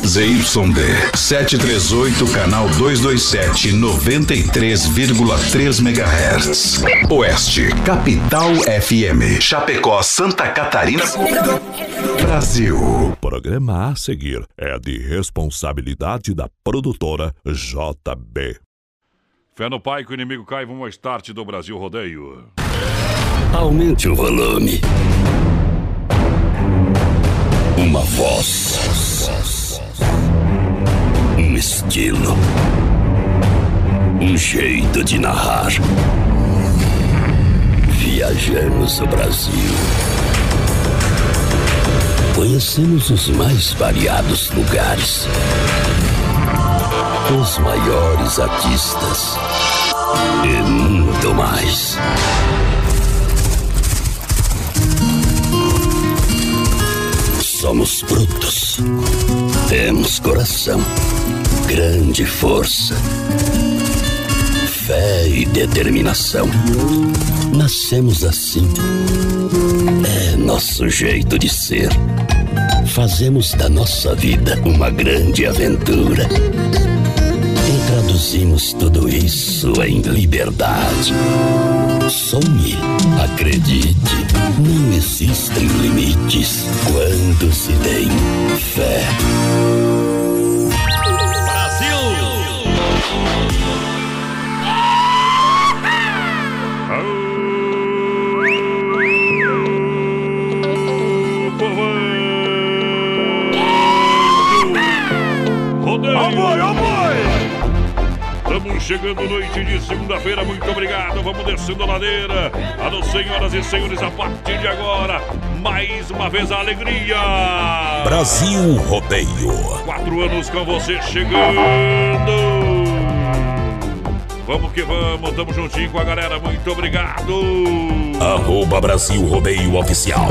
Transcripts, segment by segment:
ZYD 738, canal 227, 93,3 MHz. Oeste, Capital FM. Chapecó, Santa Catarina, Brasil. O programa a seguir é de responsabilidade da produtora JB. Fé no pai que o inimigo cai, vamos ao start do Brasil Rodeio. Aumente o volume. Uma voz. Um estilo. Um jeito de narrar. Viajamos o Brasil. Conhecemos os mais variados lugares. Os maiores artistas. E muito mais. Somos brutos. Temos coração, grande força, fé e determinação. Nascemos assim. É nosso jeito de ser. Fazemos da nossa vida uma grande aventura. E traduzimos tudo isso em liberdade. Sonhe, acredite, não existem limites quando se tem fé. Brasil! Estamos chegando noite de segunda-feira, muito obrigado, vamos descendo a ladeira. Alô, senhoras e senhores, a partir de agora, mais uma vez a alegria. Brasil Rodeio. 4 anos com você chegando. Vamos que vamos, tamo juntinho com a galera, muito obrigado. @Brasil Rodeio Oficial.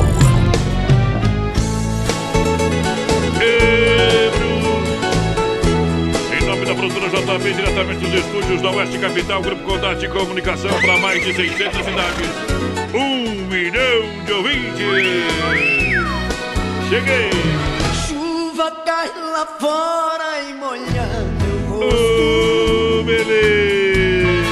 Da produtora JB, diretamente dos estúdios da Oeste Capital, Grupo Contato de Comunicação para mais de 600 cidades. 1 milhão de ouvintes. Cheguei. Chuva cai lá fora e molha meu rosto. Oh, beleza.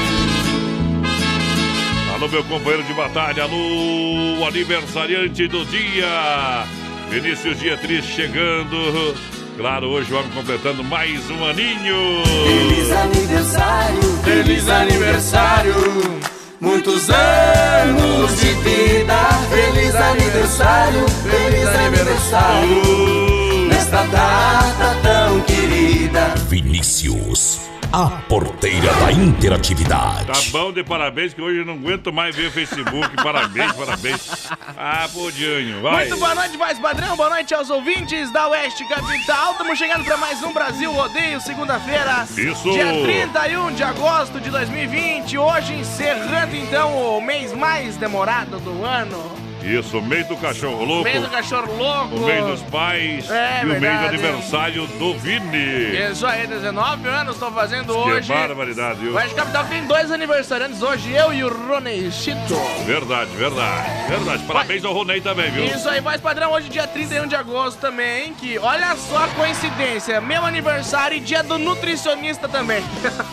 Alô, meu companheiro de batalha. Alô, aniversariante do dia. Vinícius Dietrich chegando. Claro, hoje o homem completando mais um aninho. Feliz aniversário, feliz aniversário. Muitos anos de vida. Feliz aniversário, feliz aniversário. Nesta data tão querida. Vinícius, a porteira da interatividade. Tá bom de parabéns, que hoje eu não aguento mais ver o Facebook. Parabéns, parabéns. Ah, podinho, vai. Muito boa noite, voz padrão. Boa noite aos ouvintes da Oeste Capital. Estamos chegando para mais um Brasil Rodeio, segunda-feira. Isso. Dia 31 de agosto de 2020. Hoje encerrando, então, o mês mais demorado do ano. Isso, mês do cachorro louco. Mês do cachorro louco. O mês dos pais. É, e o mês do verdade. aniversário do Vini. Isso aí, 19 anos estou fazendo Que hoje. barbaridade, viu? O Oeste Capital tem 2 aniversariantes hoje, eu e o Ronei Chito. Verdade, verdade, verdade. Parabéns ao Ronei também, viu? Isso aí, voz padrão, hoje dia 31 de agosto também, que olha só a coincidência, meu aniversário e dia do nutricionista também.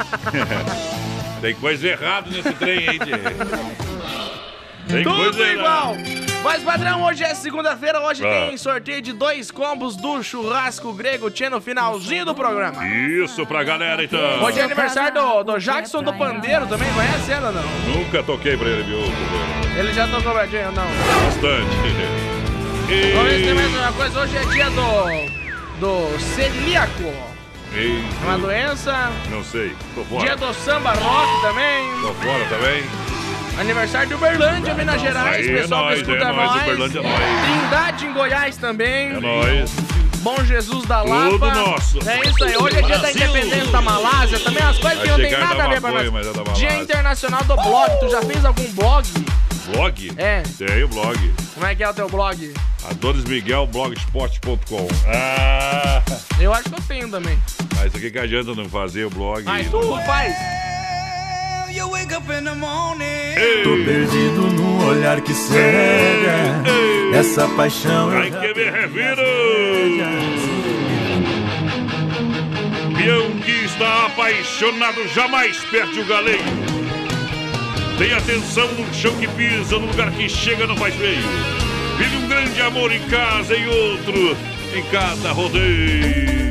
Tem coisa errada nesse trem aí, Tem Tudo coisa igual. errada. Mas padrão, hoje é segunda-feira, hoje Ah. tem sorteio de 2 combos do churrasco grego, tinha no finalzinho do programa. Isso pra galera, então. Hoje é aniversário do Jackson do Pandeiro também, conhece ela ou não? Nunca toquei pra ele, viu? Ele já tocou pra gente ou não? Bastante. Vamos ver se tem mais uma coisa, hoje é dia do celíaco. Ei, Uma doença. não sei, tô fora. Dia do samba rock também. Tô fora também. Aniversário de Uberlândia, Minas Gerais, Aí, pessoal que escuta nós. Uberlândia é nóis. Trindade em Goiás também. É nóis. Bom Jesus da Lapa. Tudo nosso. É isso aí. Hoje é dia da Brasil. independência da Malásia. Também as coisas que não Vai tem chegar nada a ver pra maconha, mas é nós. da Malásia. Dia Internacional do Blog. Tu já fez algum blog? Blog? É. Tenho blog. Como é que é o teu blog? AdonisMiguelblogspot.com. Ah, Eu acho que eu tenho também. mas o que adianta não fazer o blog? Mas tu faz. Tô perdido num olhar que cega. Essa paixão Ai que me reviro! tá apaixonado, jamais perde o galeio. Tem atenção no chão que pisa, no lugar que chega não faz feio. Vive um grande amor em casa e outro em cada rodeio.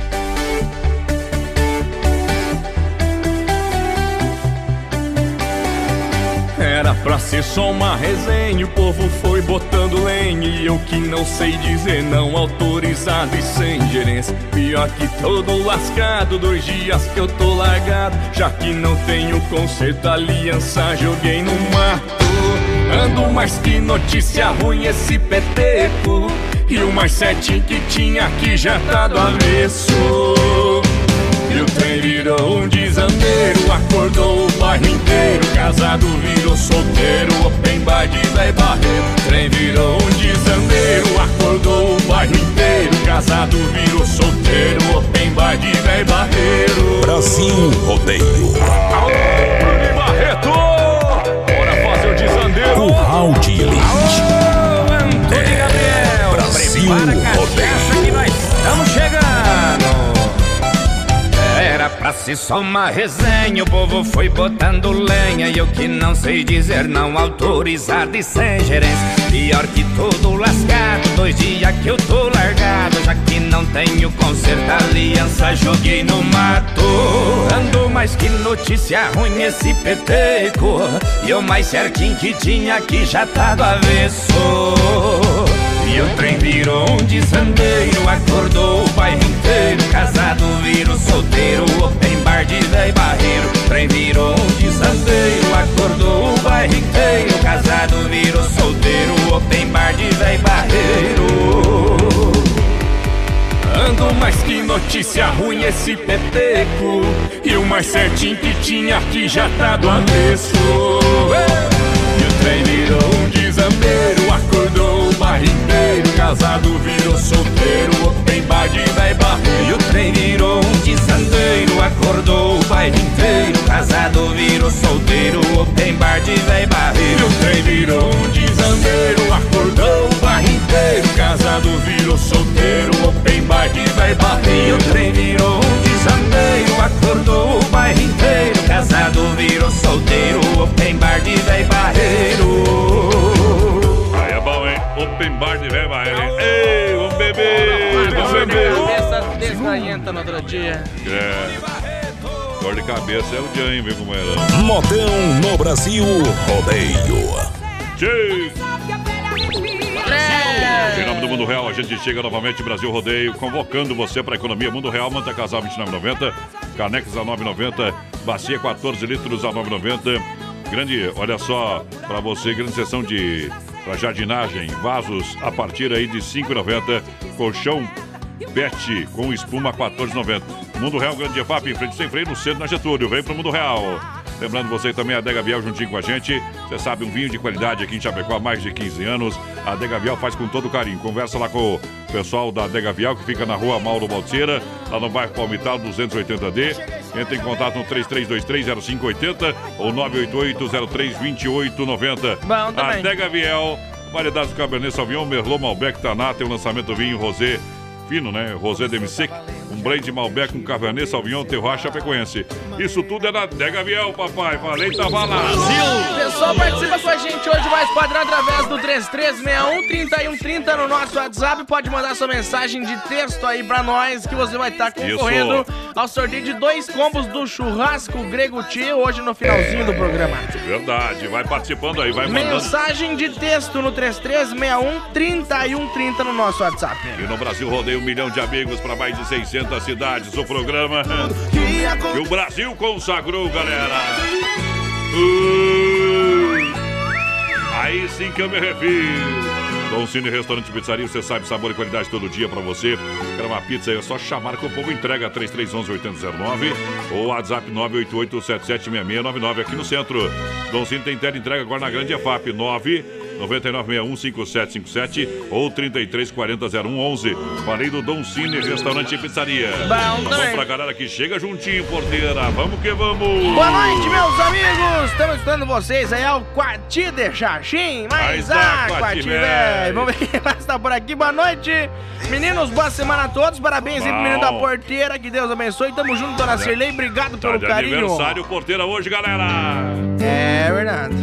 Era pra ser só uma resenha, o povo foi botando lenha. E eu que não sei dizer não, autorizado e sem gerência. Pior que todo lascado, 2 dias que eu tô largado. Já que não tenho conserto, aliança joguei no mato. Ando mais que notícia ruim esse peteco. E o mais certinho que tinha aqui já tá do avesso. E o trem virou um desandeiro, acordou o bairro inteiro. Casado virou solteiro, open bar de véi barreiro. O trem virou um desandeiro, acordou o bairro inteiro. Casado virou solteiro, open bar de véi barreiro. Brasil Rodeio. Alô, Bruno Barreto! Bora fazer o desandeiro. Curral de Elite. Alô, Antônio Gabriel. Brasil Prepara a cachaça Rodeio. que nós estamos chegando. Era pra ser só uma resenha, o povo foi botando lenha. E eu que não sei dizer não, autorizado e sem gerência. Pior que todo lascado, 2 dias que eu tô largado. Já que não tenho conserto, aliança joguei no mato. Ando mais que notícia ruim esse peteco. E o mais certinho que tinha aqui já tá do avesso. E o trem virou um desandeiro, acordou o bairro inteiro. Casado virou solteiro, open bar de véi barreiro. O trem virou um desandeiro, acordou o bairro inteiro. Casado virou solteiro, open bar de véi barreiro. Ando mais que notícia ruim esse peteco. E o mais certinho que tinha aqui já tá do avesso. E o trem virou um desandeiro, acordou o bairro inteiro. Casado virou solteiro, open bar de véi barreiro. E o trem virou um desandeiro, acordou o bairro inteiro. Casado virou solteiro, open bar de véi barreiro. E o trem virou um desandeiro, acordou o bairro inteiro. Casado virou solteiro, open bar de véi barreiro. E o trem virou um desandeiro, acordou o bairro inteiro. Casado virou solteiro, open bar de véi barreiro. Aí é bom, hein? Open bar de véi barreiro, hein? Ei, vamos beber! Vamos beber! Cabeça desganhenta no outro dia. Dor de cabeça é o dia, hein? Vem como era. Modão no Brasil Rodeio. Em nome do Mundo Real, a gente chega novamente, Brasil Rodeio, convocando você para a economia. Mundo Real, manta casal R$29,90, canecas a R$9,90, bacia 14 litros a R$9,90. Grande, olha só, para você, grande sessão de para jardinagem, vasos a partir aí de R$5,90, colchão Pet com espuma R$14,90. Mundo Real, grande EFAP, em frente sem freio, no centro, na Getúlio. Vem pro Mundo Real. Lembrando você também a Adega Viel juntinho com a gente. Você sabe, um vinho de qualidade aqui em Chapecó há mais de 15 anos. A Adega Viel faz com todo carinho. Conversa lá com o pessoal da Adega Viel, que fica na rua Mauro Balseira, lá no bairro Palmital 280D. Entre em contato no 33230580 ou 988032890. Bom, também. Adega Viel, variedades do Cabernet Sauvignon, Merlot, Malbec, Taná. Tem o lançamento do vinho Rosé fino, né? Rosé Demi-Sec, um blend Malbec com Cabernet Sauvignon, Terroir Chapecoense. Isso tudo é na Adega Viel, papai. Falei, tava lá. O pessoal participa com a gente hoje, mais padrão, através do 3361-3130 no nosso WhatsApp. Pode mandar sua mensagem de texto aí pra nós, que você vai estar concorrendo ao sorteio de 2 combos do churrasco Grego Tio, hoje no finalzinho do programa. Verdade, vai participando aí, vai mandando. Mensagem de texto no 3361-3130 no nosso WhatsApp. E no Brasil Rodeio, 1 milhão de amigos para mais de 600 cidades. O programa que o Brasil consagrou, galera. Aí sim que eu me refiro. Dom Cine Restaurante e Pizzaria, você sabe, sabor e qualidade todo dia pra você. Quer uma pizza aí, é só chamar que o povo entrega. 3311-8009 ou WhatsApp 988-776699 aqui no centro. Dom Cine tem tela entrega agora na grande EFAP, 99615757 ou 33400111. Falei do Dom Cine, restaurante e pizzaria. Vamos pra galera que chega juntinho, porteira. Vamos que vamos. Boa noite, meus amigos. Estamos escutando vocês aí ao Quati de Xaxim. Mas Quati, velho. Vamos ver quem mais tá por aqui. Boa noite, meninos. Boa semana a todos. Parabéns aí pro menino da porteira. Que Deus abençoe. Tamo junto, dona Cirlei. Obrigado pelo carinho. Aniversário porteira hoje, galera. É verdade.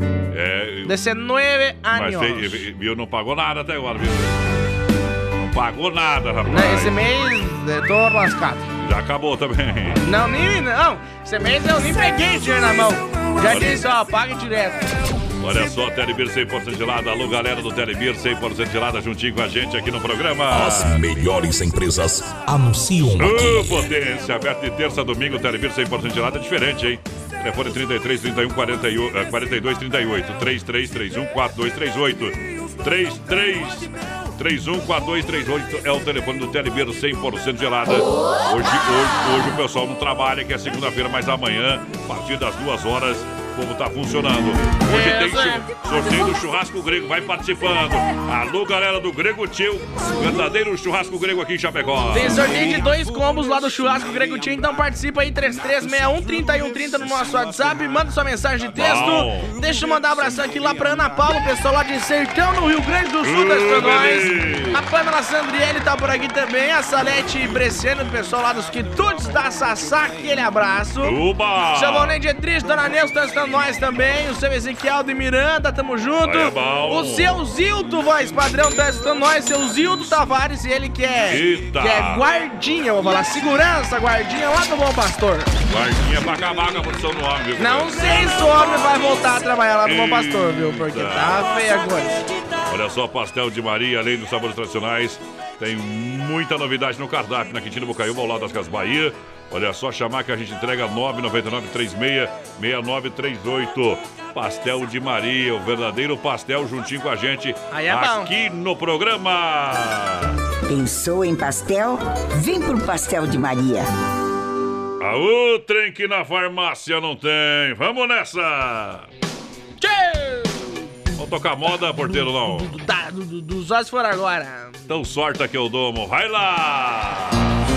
19 anos. Mas viu, não pagou nada até agora, viu? Não pagou nada, rapaz. Esse mês tô lascado. Já acabou também. Não, esse mês eu nem peguei dinheiro na mão. Já disse, ó, paga direto. Olha só, Telebir 100% gelada. Alô, galera do Telebir 100% gelada, juntinho com a gente aqui no programa. As melhores empresas anunciam aqui. Potência, aberto de terça a domingo, Telebir 100% gelada, diferente, hein? Telefone 33 31 42 38 33 31 4238 33 31 4238 é o telefone do Telebir 100% gelada. Hoje o pessoal não trabalha, que é segunda-feira, mas amanhã, a partir das 2 horas, o povo tá funcionando. Hoje tem sorteio do churrasco grego, vai participando. Alô, galera do Grego Tio, verdadeiro churrasco grego aqui em Chapecó. Tem sorteio de 2 combos lá do churrasco Grego Tio, então participa aí, 3361-3130 no nosso WhatsApp, manda sua mensagem de texto. Deixa eu mandar um abração aqui lá pra Ana Paula, o pessoal lá de Sertão, no Rio Grande do Sul, tá escutando nós. A Pamela Sandriele tá por aqui também, a Salete Bresciano, o pessoal lá dos Quitutes da Sassá, aquele abraço. Uba! Seu Valnei Dietrich, Dona Neuza, tá escutando nós também, o seu Ezequiel de Miranda, tamo junto. O seu Zildo, voz padrão, tá escutando nós, seu Zildo Tavares, ele que é guardinha, vou falar, segurança, guardinha lá do Bom Pastor. Guardinha pra acabar com a produção do homem, viu? Não sei se o homem vai voltar a trabalhar lá no Bom Pastor, viu? Porque tá feia a coisa. Olha só, pastel de Maria, além dos sabores tradicionais, tem muita novidade no cardápio na Quintino Bocaiúva, ao lado das Casas Bahia. Olha só, chamar que a gente entrega 999-36-6938. Pastel de Maria, o verdadeiro pastel juntinho com a gente aqui no programa. Pensou em pastel? Vem pro Pastel de Maria. Aô, trem que na farmácia não tem. Vamos nessa! Vamos tocar moda, porteiro, não? Dos olhos for agora. Então sorta que eu domo. Vai lá!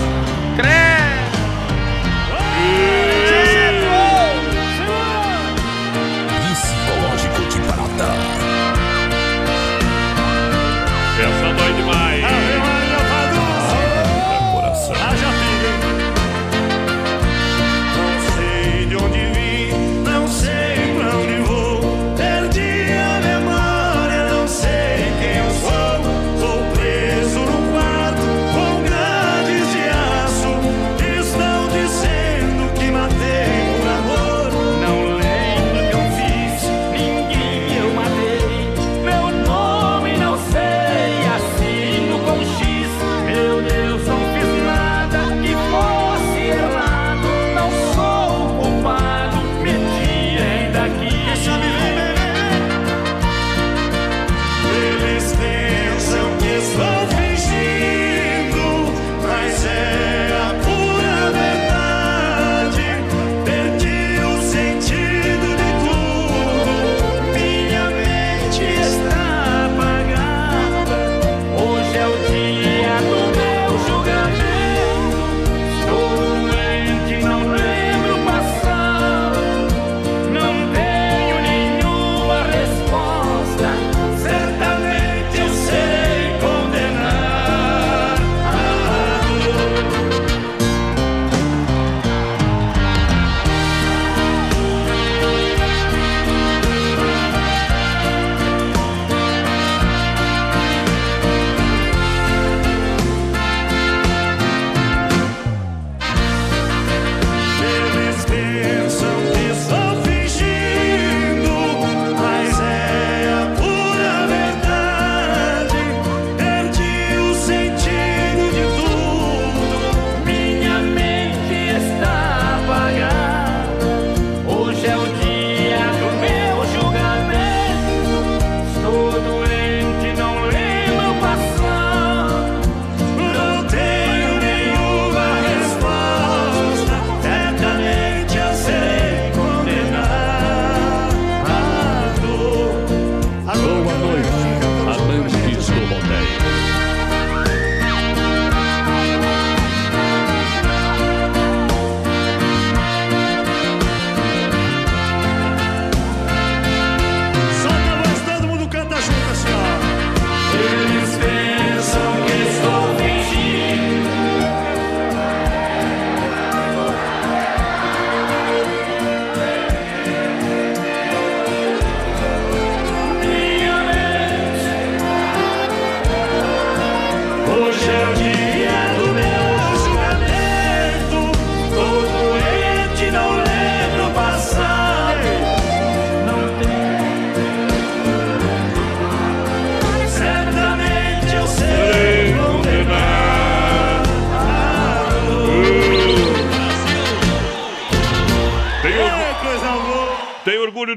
Psicológico de prata. Essa dói demais. Coração. Não sei de onde vim, não sei pra onde vou. Perdi a memória, não sei quem eu sou. Tô preso num quarto com grandes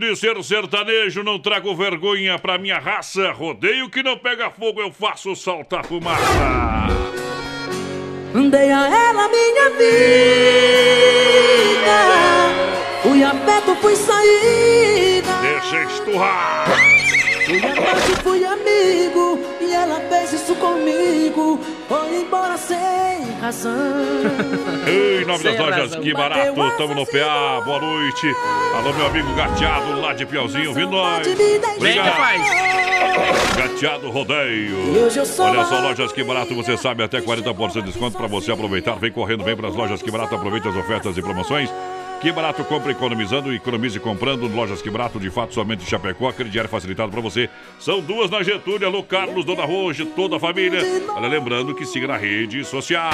de ser sertanejo, não trago vergonha pra minha raça. Rodeio que não pega fogo, eu faço saltar fumaça. Dei a ela minha vida, fui afeto, fui saída. Deixa esturrar. Fui amante, fui amigo, e ela fez isso comigo. Foi embora sem razão. Em nome das lojas Que Barato, tamo no PA, boa noite. Alô, meu amigo Gateado, lá de Piauzinho, ouvindo nós. Obrigado. Gateado Rodeio. Olha só, lojas Que Barato, você sabe, até 40% de desconto pra você aproveitar. Vem correndo, vem pras lojas Que Barato, aproveite as ofertas e promoções. Que Barato, compra economizando, economize comprando. Lojas Que Barato, de fato, somente Chapecó. Crediário facilitado para você. São duas na Getúlio. Alô, Carlos, Dona Roja, toda a família. Olha, lembrando que siga na rede social.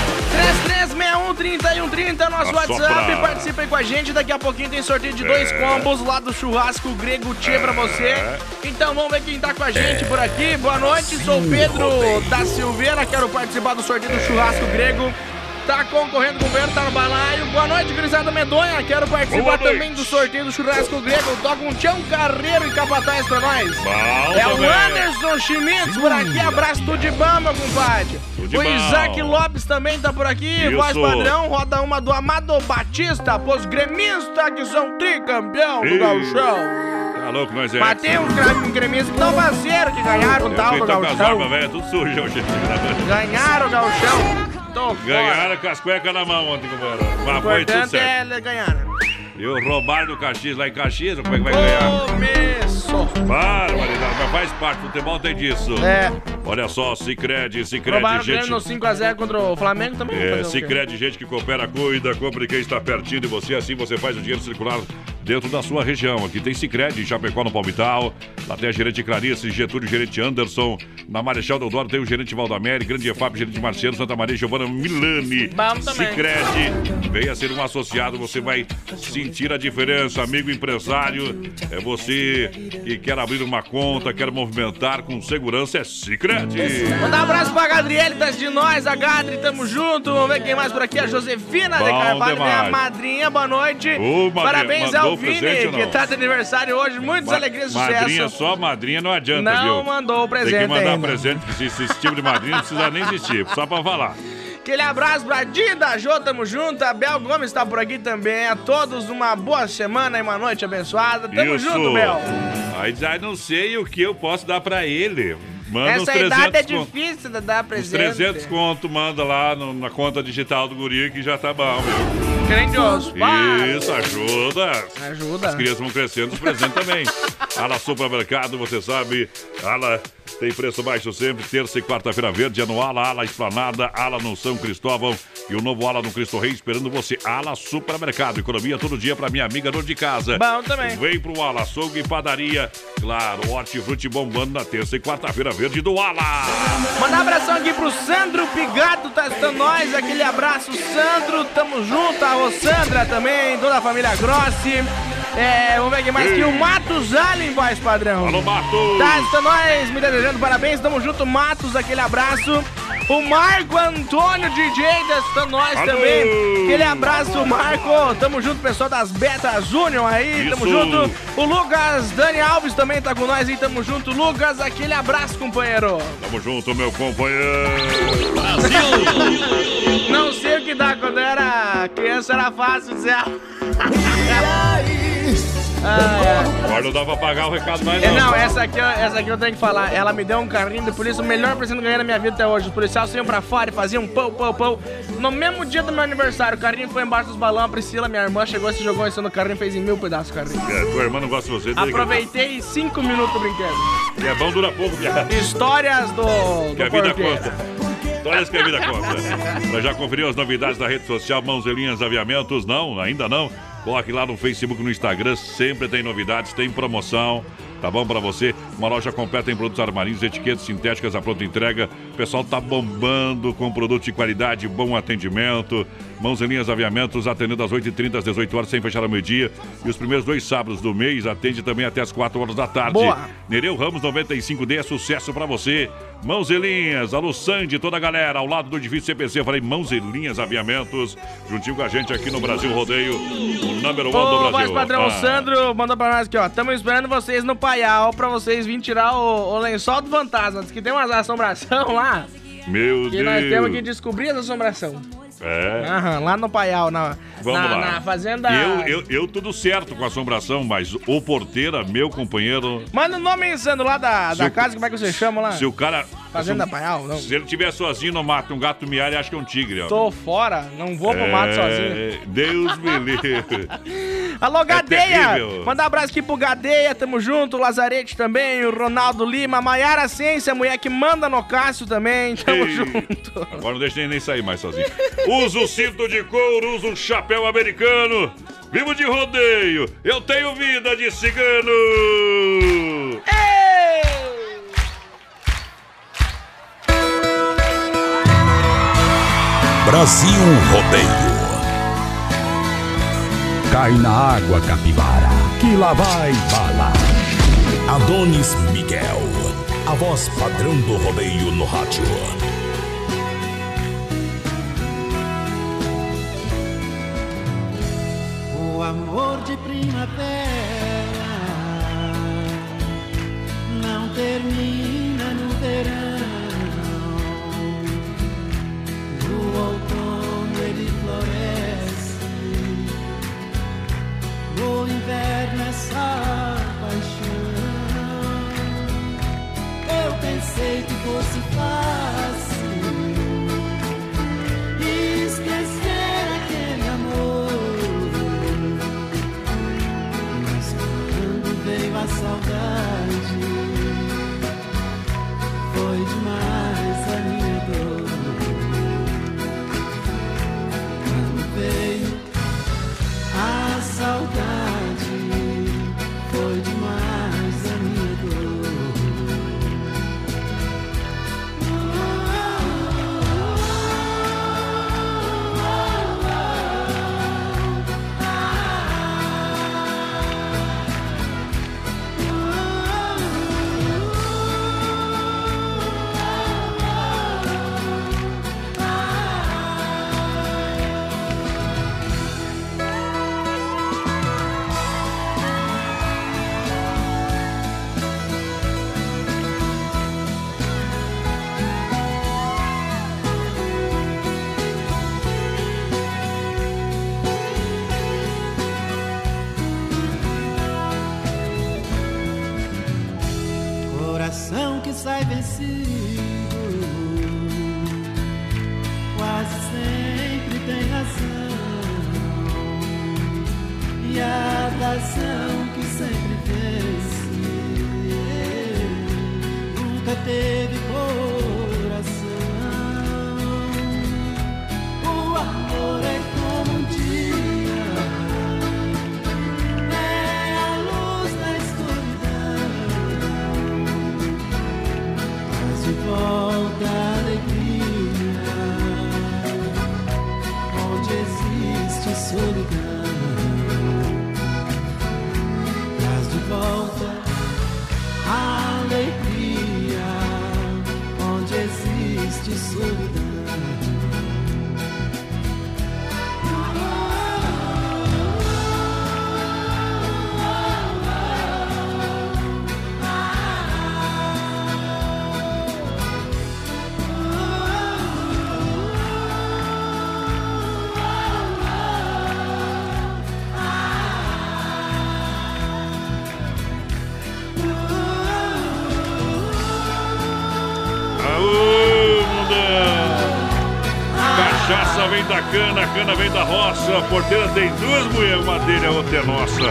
3361-3130, nosso WhatsApp. Participe aí com a gente. Daqui a pouquinho tem sorteio de 2 combos lá do Churrasco Grego Tchê pra você. Então vamos ver quem tá com a gente por aqui. Boa noite, sou o Pedro da Silveira. Quero participar do sorteio do Churrasco Grego. Tá concorrendo com o governo, tá no balaio. Boa noite, gurizada medonha. Quero participar também do sorteio do Churrasco Grego. Toca um Tião Carreiro e Capataz pra nós. É o Anderson Schmitz por aqui. Abraço, tudo de bom, meu compadre. O Isaac Lopes também tá por aqui. Isso. Voz padrão, roda uma do Amado Batista, pros gremistas que são tricampeão do Gauchão. Tá louco, nós é. Matei um gremista que tão parceiro que ganharam o tal do Gauchão. Tudo sujo hoje. Ganharam o Gauchão. Ganharam com as cuecas na mão ontem, companheiro. Mas foi tudo certo. Ganharam. E o roubaram do Caxias lá em Caxias, como é que vai ganhar? Começou. Barbaridade, mas faz parte, o futebol tem disso. Olha só, Sicredi, roubaram gente. O no 5x0 contra o Flamengo também. Sicredi, gente que coopera, cuida, compra quem está pertinho de você, assim você faz o dinheiro circular dentro da sua região. Aqui tem Sicredi, Chapecó no Palmital, lá tem a gerente Clarice, Getúlio, gerente Anderson, na Marechal Deodoro tem o gerente Valdamere, Grande EFAP, gerente Marciano, Santa Maria, Giovana Milani. Sicredi, venha ser um associado, você vai sentir a diferença, amigo empresário. É você que quer abrir uma conta, quer movimentar com segurança, é Sicredi. Manda um abraço pra Gadriele, tá de nós, a Gadri, tamo junto. Vamos ver quem mais por aqui, a Josefina de Carvalho, minha madrinha, boa noite. Parabéns ao Vini, que tá de aniversário hoje, muitas alegrias e sucesso. Madrinha só, madrinha não adianta, viu? Não mandou o presente. Tem que mandar ainda. presente, que esse tipo de madrinha não precisa nem existir, só pra falar. Aquele abraço pra Dinda Jô, tamo junto. A Bel Gomes tá por aqui também. A todos uma boa semana e uma noite abençoada. Tamo junto, Bel. Aí não sei o que eu posso dar pra ele. Manda essa idade é difícil de dar presente. Uns 300 conto, manda lá na conta digital do guri que já tá bom, viu? Grandioso. Isso, ajuda. As crianças vão crescendo, os presentes também. Ala Supermercado, você sabe, Ala tem preço baixo sempre, terça e quarta-feira verde, é no Ala Esplanada, Ala no São Cristóvão e o novo Ala no Cristo Rei esperando você. Ala Supermercado, economia todo dia pra minha amiga dona de casa. Bom também. Vem pro Ala, açougue e padaria. Claro, hortifruti bombando na terça e quarta-feira verde do Ala. Manda um abração aqui pro Sandro Pigato, tá estando nós. Aquele abraço, Sandro, tamo junto. A Rossandra também, toda a família Grossi. Vamos ver aqui mais que o Matos Allen, voz padrão. Alô, Matos. Tá estando nós, me desejando parabéns, tamo junto, Matos, aquele abraço. O Marco Antônio DJ tá estando nós também. Aquele abraço, Marco. Tamo junto, pessoal das Betas Union aí. Tamo junto. O Lucas Dani Alves também tá com nós aí. Tamo junto, Lucas. Aquele abraço, companheiro. Tamo junto, meu companheiro. Brasil. Não sei o que dá. Quando eu era criança era fácil dizer. Agora não dá pra pagar o recado mais não. Não, essa aqui eu tenho que falar. Ela me deu um carrinho de polícia, o melhor presente que eu ganhei na minha vida até hoje. Os policiais saíam pra fora e faziam pão. No mesmo dia do meu aniversário, o carrinho foi embaixo dos balões. A Priscila, minha irmã, chegou, se jogou em cima do carrinho e fez em 1000 pedaços o carrinho. Tua irmã não gosta de você. Aproveitei 5 minutos do brinquedo. E é bom, dura pouco, viado. Histórias do que a vida conta. Histórias que a vida conta. Nós já conferiu as novidades da rede social Mãos e Linhas Aviamentos? Não, ainda não. Coloque lá no Facebook, no Instagram, sempre tem novidades, tem promoção, tá bom pra você? Uma loja completa em produtos armarinhos, etiquetas sintéticas à pronta entrega. O pessoal tá bombando com produtos de qualidade, bom atendimento. Mãos e Linhas Aviamentos, atendendo às 8h30, às 18 horas, sem fechar ao meio-dia. E os primeiros 2 sábados do mês, atende também até às 4 horas da tarde. Boa. Nereu Ramos 95D, é sucesso pra você. Mãos e Linhas, alô Sandy, toda a galera, ao lado do edifício CPC, falei Mãos e Linhas Aviamentos, juntinho com a gente aqui no Brasil Rodeio, o número 1 do Brasil. Voz padrão, o Sandro mandou pra nós aqui, ó, estamos esperando vocês no Paial pra vocês virem tirar o lençol do fantasma, diz que tem umas assombração lá. Meu que Deus. Nós temos que descobrir as assombração. É. Aham, lá no Paial, na fazenda. Eu tudo certo com a assombração, mas o porteira, meu companheiro. Manda o nome, Sandro, lá da casa, como é que você chama lá? Se o cara. Fazenda Paial, não. Se ele estiver sozinho no mato, um gato miar, ele acha que é um tigre, ó. Tô fora, não vou pro mato sozinho. Deus me livre. Alô, Gadeia! Manda um abraço aqui pro Gadeia, tamo junto, o Lazarete também, o Ronaldo Lima, a Maiara Ciência, a mulher que manda no Cássio também, tamo junto. Agora não deixa nem sair mais sozinho. Usa o cinto de couro, usa o chapéu americano. Vivo de rodeio, eu tenho vida de cigano. Ei! Brasil Rodeio. Cai na água, capivara, que lá vai bala. Adonis Miguel, a voz padrão do rodeio no rádio. O amor de primavera não termina no verão. No outono ele floresce, no inverno é só paixão. Eu pensei que fosse fácil esquecer aquele amor, mas quando veio a saudade, foi demais a minha dor. Veio a saudade, foi demais a minha dor. Coração que sai vencido quase sempre tem razão, e a razão que sempre vence nunca teve coração. O amor é como um dia, é a luz na escuridão, traz de volta a alegria onde existe solidão. Traz de volta a alegria onde existe solidão. Cachaça vem da cana, a cana vem da roça. A porteira tem duas mulheres, uma dele, a outra é nossa.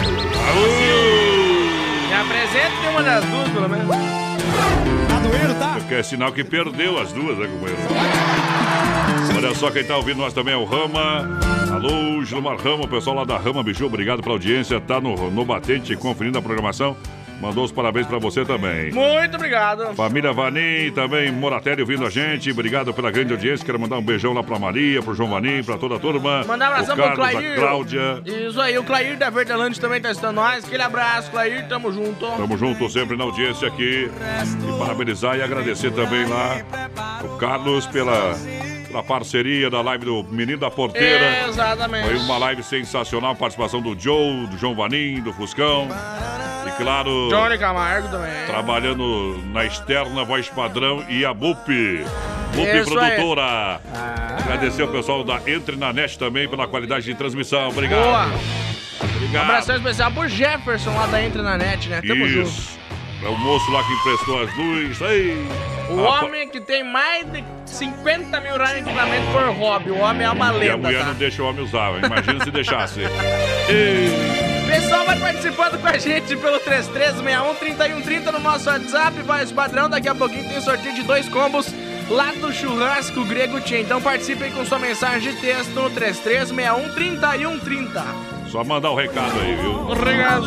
Me apresente uma das duas, pelo menos. Tá doendo, tá? Porque é sinal que perdeu as duas, né, companheiro? Olha só, quem tá ouvindo nós também é o Rama. Alô, Gilmar Rama, o pessoal lá da Rama, bicho, obrigado pela audiência. Tá no batente, conferindo a programação. Mandou os parabéns pra você também. Muito obrigado. Família Vanim, também Moratelli ouvindo a gente. Obrigado pela grande audiência. Quero mandar um beijão lá pra Maria, pro João Vanim, pra toda a turma. Mandar um abração pro pro Clair. A Cláudia. Isso aí, o Clair da Verdelândia também tá assistindo nós. Aquele abraço, Clair, tamo junto. Tamo junto sempre na audiência aqui. E parabenizar e agradecer também lá o Carlos pela parceria da live do Menino da Porteira. Exatamente. Foi uma live sensacional, participação do Joe, do João Vanim, do Fuscão. E claro, Johnny Camargo também. Trabalhando na externa, voz padrão e a BUP Isso Produtora. Agradecer ao pessoal da Entre na Net também pela qualidade de transmissão. Obrigado. Boa. Obrigado. Um abração especial pro Jefferson lá da Entre na Net, né? Tamo junto. É o moço lá que emprestou as luzes. Aí. O homem que tem mais de 50 mil reais de equipamento por hobby. O homem é uma lenda. E a mulher tá? não deixa o homem usar. Imagina se deixasse. Pessoal, vai participando com a gente pelo 3361-3130 no nosso WhatsApp. Voz padrão, daqui a pouquinho tem sorteio de 2 combos lá do Churrasco Grego Tchê. Então participe aí com sua mensagem de texto no 3361-3130. Só mandar o recado aí, viu? O recado.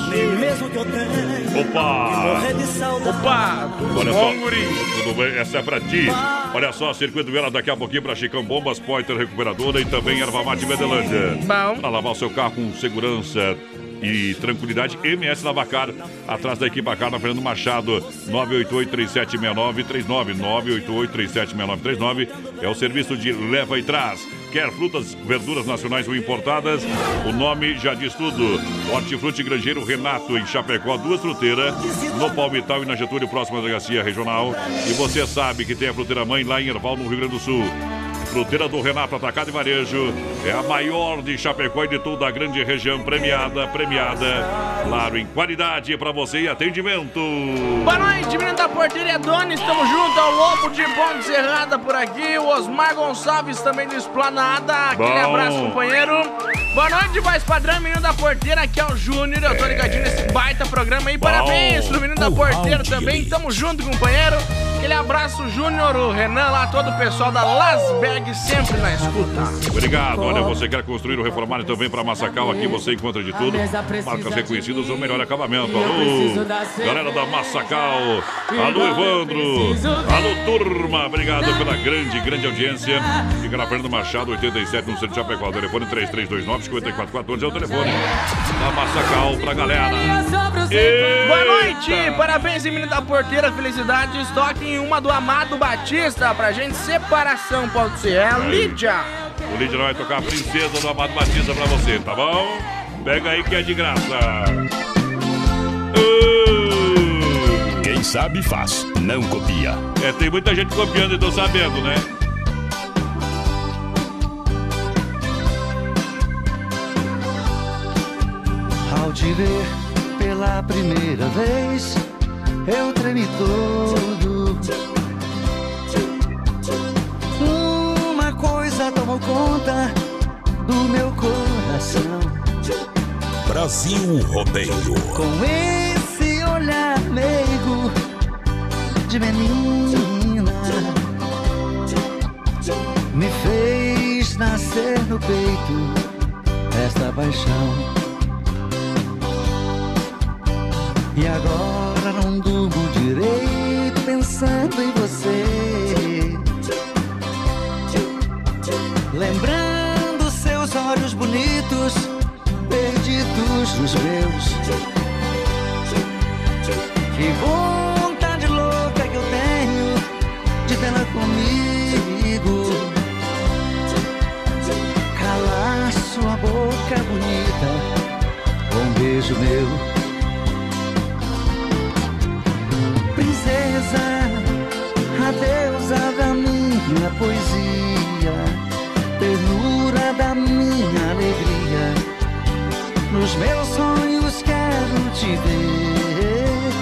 Opa! Opa! Olha só, tudo bem? Essa é pra ti. Olha só, Circuito Vela daqui a pouquinho pra Chicão Bombas, Pointer Recuperadora e também Erva Mate Medelândia. Bom. Pra lavar o seu carro com segurança e tranquilidade, MS Lavacar, atrás da equipa Car, na Fernando Machado, 988-376939, 988-376939, é o serviço de leva e traz. Quer frutas, verduras nacionais ou importadas? O nome já diz tudo. Hortifruti Grangeiro Renato, em Chapecó, 2 fruteiras, no Palmital e na Getúlio, próxima da Delegacia Regional. E você sabe que tem a fruteira mãe lá em Erval, no Rio Grande do Sul. Fruteira do Renato Atacado e Varejo é a maior de Chapecó e de toda a grande região, premiada, claro, em qualidade pra você e atendimento. Boa noite, menino da Porteira e Adonis, estamos juntos, ao Lobo de Ponte Serrada por aqui, o Osmar Gonçalves também do Esplanada, aquele abraço, companheiro. Boa noite, voz padrão, menino da Porteira, aqui é o Júnior, eu tô ligadinho nesse baita programa aí, parabéns pro menino da Porteira também, tamo junto, companheiro. Aquele abraço, Júnior, o Renan lá, todo o pessoal da Lasberg sempre na escuta. Obrigado. Olha, você quer construir ou reformar e também para Massacal, aqui você encontra de tudo. Marcas reconhecidas, o melhor acabamento. Alô, galera da Massacal. Alô, Evandro. Alô, turma. Obrigado pela grande audiência. Fica na Fernando Machado, 87, no centro de Chapecó. O telefone 3329-5414 é o telefone da Massacal pra galera. Boa noite, parabéns, menino da Porteira, felicidades. Toque em uma do Amado Batista pra gente, separação pode ser. É a Lídia. O Lídia vai tocar a princesa do Amado Batista pra você, tá bom? Pega aí que é de graça. Quem sabe faz, não copia. É, tem muita gente copiando e tô sabendo, né? Ao te ver pela primeira vez, eu tremi todo. Uma coisa tomou conta do meu coração. Brasil Rodeio. Com esse olhar meigo de menina, me fez nascer no peito esta paixão. E agora não durmo direito pensando em você, lembrando seus olhos bonitos perdidos nos meus. Que vontade louca que eu tenho de tê-la comigo, calar sua boca bonita com um beijo meu. Princesa, a deusa da minha poesia, ternura da minha alegria, nos meus sonhos quero te ver.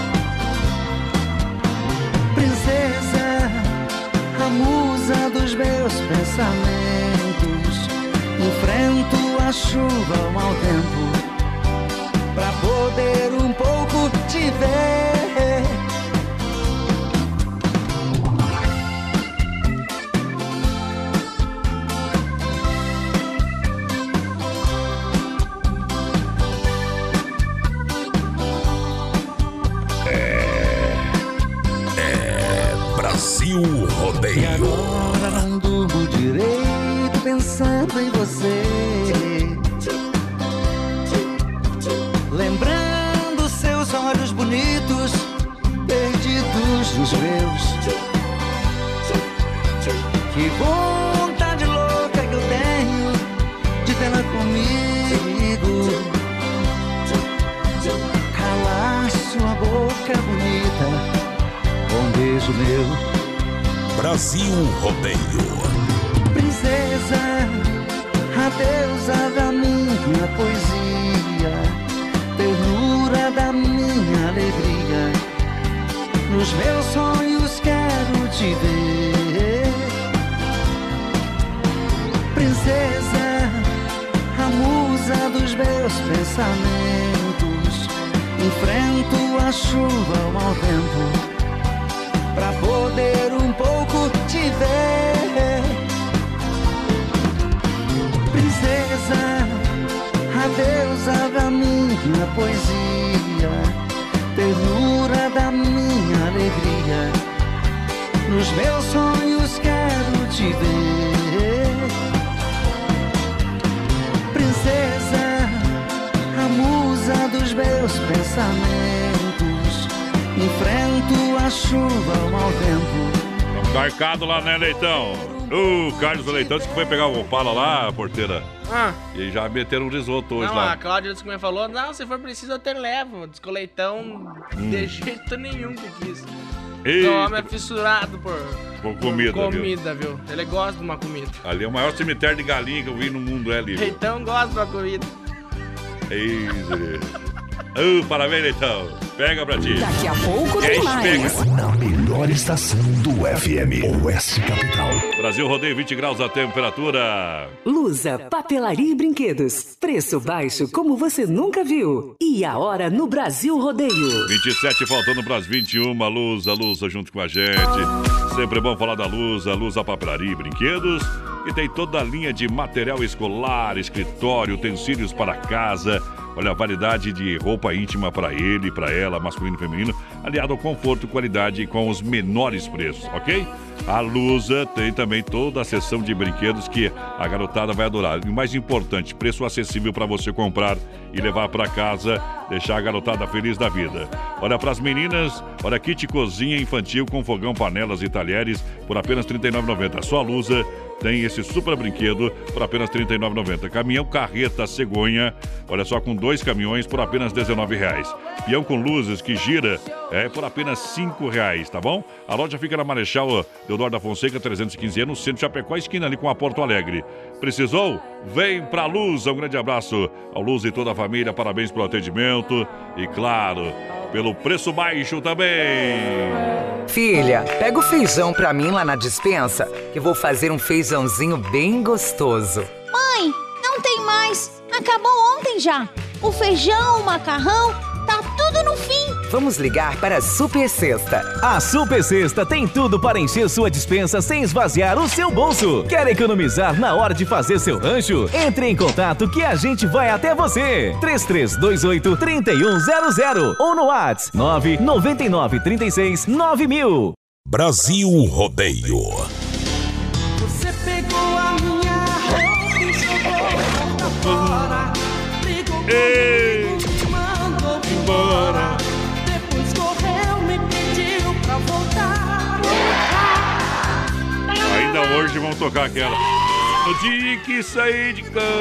Princesa, a musa dos meus pensamentos, enfrento a chuva, o mau tempo, pra poder um pouco te ver. Rodeio. E agora não durmo direito pensando em você. Lembrando seus olhos bonitos, perdidos nos meus. Que vontade louca que eu tenho de tê-la comigo. Calar sua boca bonita com um beijo meu. Brasil Rodeio. Princesa, a deusa da minha poesia, ternura da minha alegria. Nos meus sonhos quero te ver. Princesa, a musa dos meus pensamentos, enfrento a chuva ao mau tempo pra poder um pouco te ver. Princesa, a deusa da minha poesia, ternura da minha alegria. Nos meus sonhos quero te ver. Princesa, a musa dos meus pensamentos, enfrento a chuva ao mau tempo. Estamos marcados lá, né, Leitão? O Carlos Leitão disse que foi pegar o Opala lá, porteira. E já meteram um risoto hoje não, lá. A Cláudia disse que me falou, não, se for preciso eu até levo. Diz que o Leitão de jeito nenhum que quis. O homem é fissurado por comida, viu? Ele gosta de uma comida. Ali é o maior cemitério de galinha que eu vi no mundo, é ali. Leitão gosta de uma comida. Parabéns, Leitão. Pega pra ti. Daqui a pouco tem mais. Na melhor estação do FM, Oeste Capital. Brasil Rodeio, 20 graus a temperatura. Lusa, papelaria e brinquedos. Preço baixo como você nunca viu. E a hora no Brasil Rodeio. 27 faltando pras 21. Lusa junto com a gente. Sempre bom falar da Lusa, papelaria e brinquedos. E tem toda a linha de material escolar, escritório, utensílios para casa. Olha a variedade de roupa íntima para ele, para ela, masculino e feminino, aliado ao conforto e qualidade com os menores preços, ok? A Lusa tem também toda a seção de brinquedos que a garotada vai adorar. E o mais importante, preço acessível para você comprar e levar para casa, deixar a garotada feliz da vida. Olha, para as meninas, olha, kit cozinha infantil com fogão, panelas e talheres por apenas R$ 39,90. Só a Lusa tem esse super brinquedo por apenas R$ 39,90. Caminhão carreta cegonha, olha só, com 2 caminhões por apenas R$ 19,00. Peão com luzes que gira por apenas R$ 5,00, tá bom? A loja fica na Marechal Deodoro da Fonseca, 315 no centro de Chapecó, esquina ali com a Porto Alegre. Precisou? Vem pra Lusa. Um grande abraço ao Lusa e toda a família. Parabéns pelo atendimento e, claro, pelo preço baixo também. Filha, pega o feijão pra mim lá na despensa, que vou fazer um feijãozinho bem gostoso. Mãe, não tem mais. Acabou ontem já. O feijão, o macarrão, tá tudo no fim. Vamos ligar para a Super Sexta. A Super Sexta tem tudo para encher sua despensa sem esvaziar o seu bolso. Quer economizar na hora de fazer seu rancho? Entre em contato que a gente vai até você. 3328-3100 ou no WhatsApp 999369000. Brasil Rodeio. Você pegou a minha roupa e jogou pra fora. Brigou comigo, mandou embora. Depois correu, me pediu pra voltar. Ainda hoje vamos tocar aquela. No dia que saí de campo.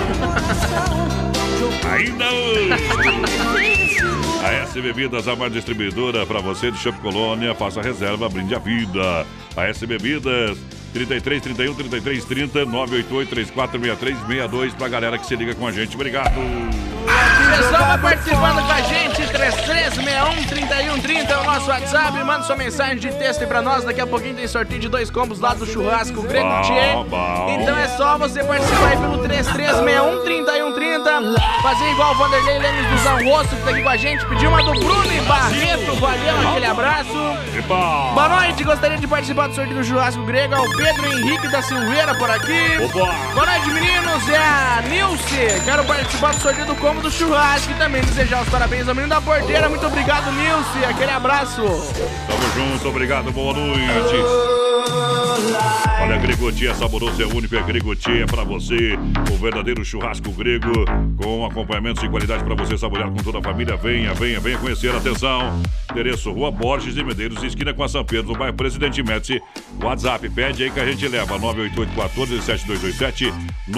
Ainda hoje. A S Bebidas, a maior distribuidora para você de Chopp Colônia. Faça a reserva, brinde a vida. A S Bebidas, 33 31 33 30 988 3463 62 pra galera que se liga com a gente. Obrigado. Pessoal, vai participando com a gente, 3361-3130 é o nosso WhatsApp, manda sua mensagem de texto aí pra nós, daqui a pouquinho tem sorteio de 2 combos lá do churrasco Grego Tchê. Então é só você participar aí pelo 3361-3130, fazer igual o Vanderlei Lemes do Zanrosso que tá aqui com a gente, pedir uma do Bruno e Barreto, valeu, aquele abraço. Boa noite, gostaria de participar do sorteio do churrasco Grego, é o Pedro Henrique da Silveira por aqui. Boa noite, meninos, é a Nilce, quero participar do sorteio do combo do churrasco e também desejar os parabéns ao menino da porteira. Muito obrigado, Nilce. Aquele abraço. Tamo junto, obrigado, boa noite. Olha, Gregotia é saboroso, é único, é Gregotia é pra você. O verdadeiro churrasco grego com acompanhamentos de qualidade pra você saborear com toda a família. Venha conhecer. Atenção. Endereço Rua Borges de Medeiros, esquina com a São Pedro, no bairro Presidente Médici. WhatsApp, pede aí que a gente leva. 988-14-7227.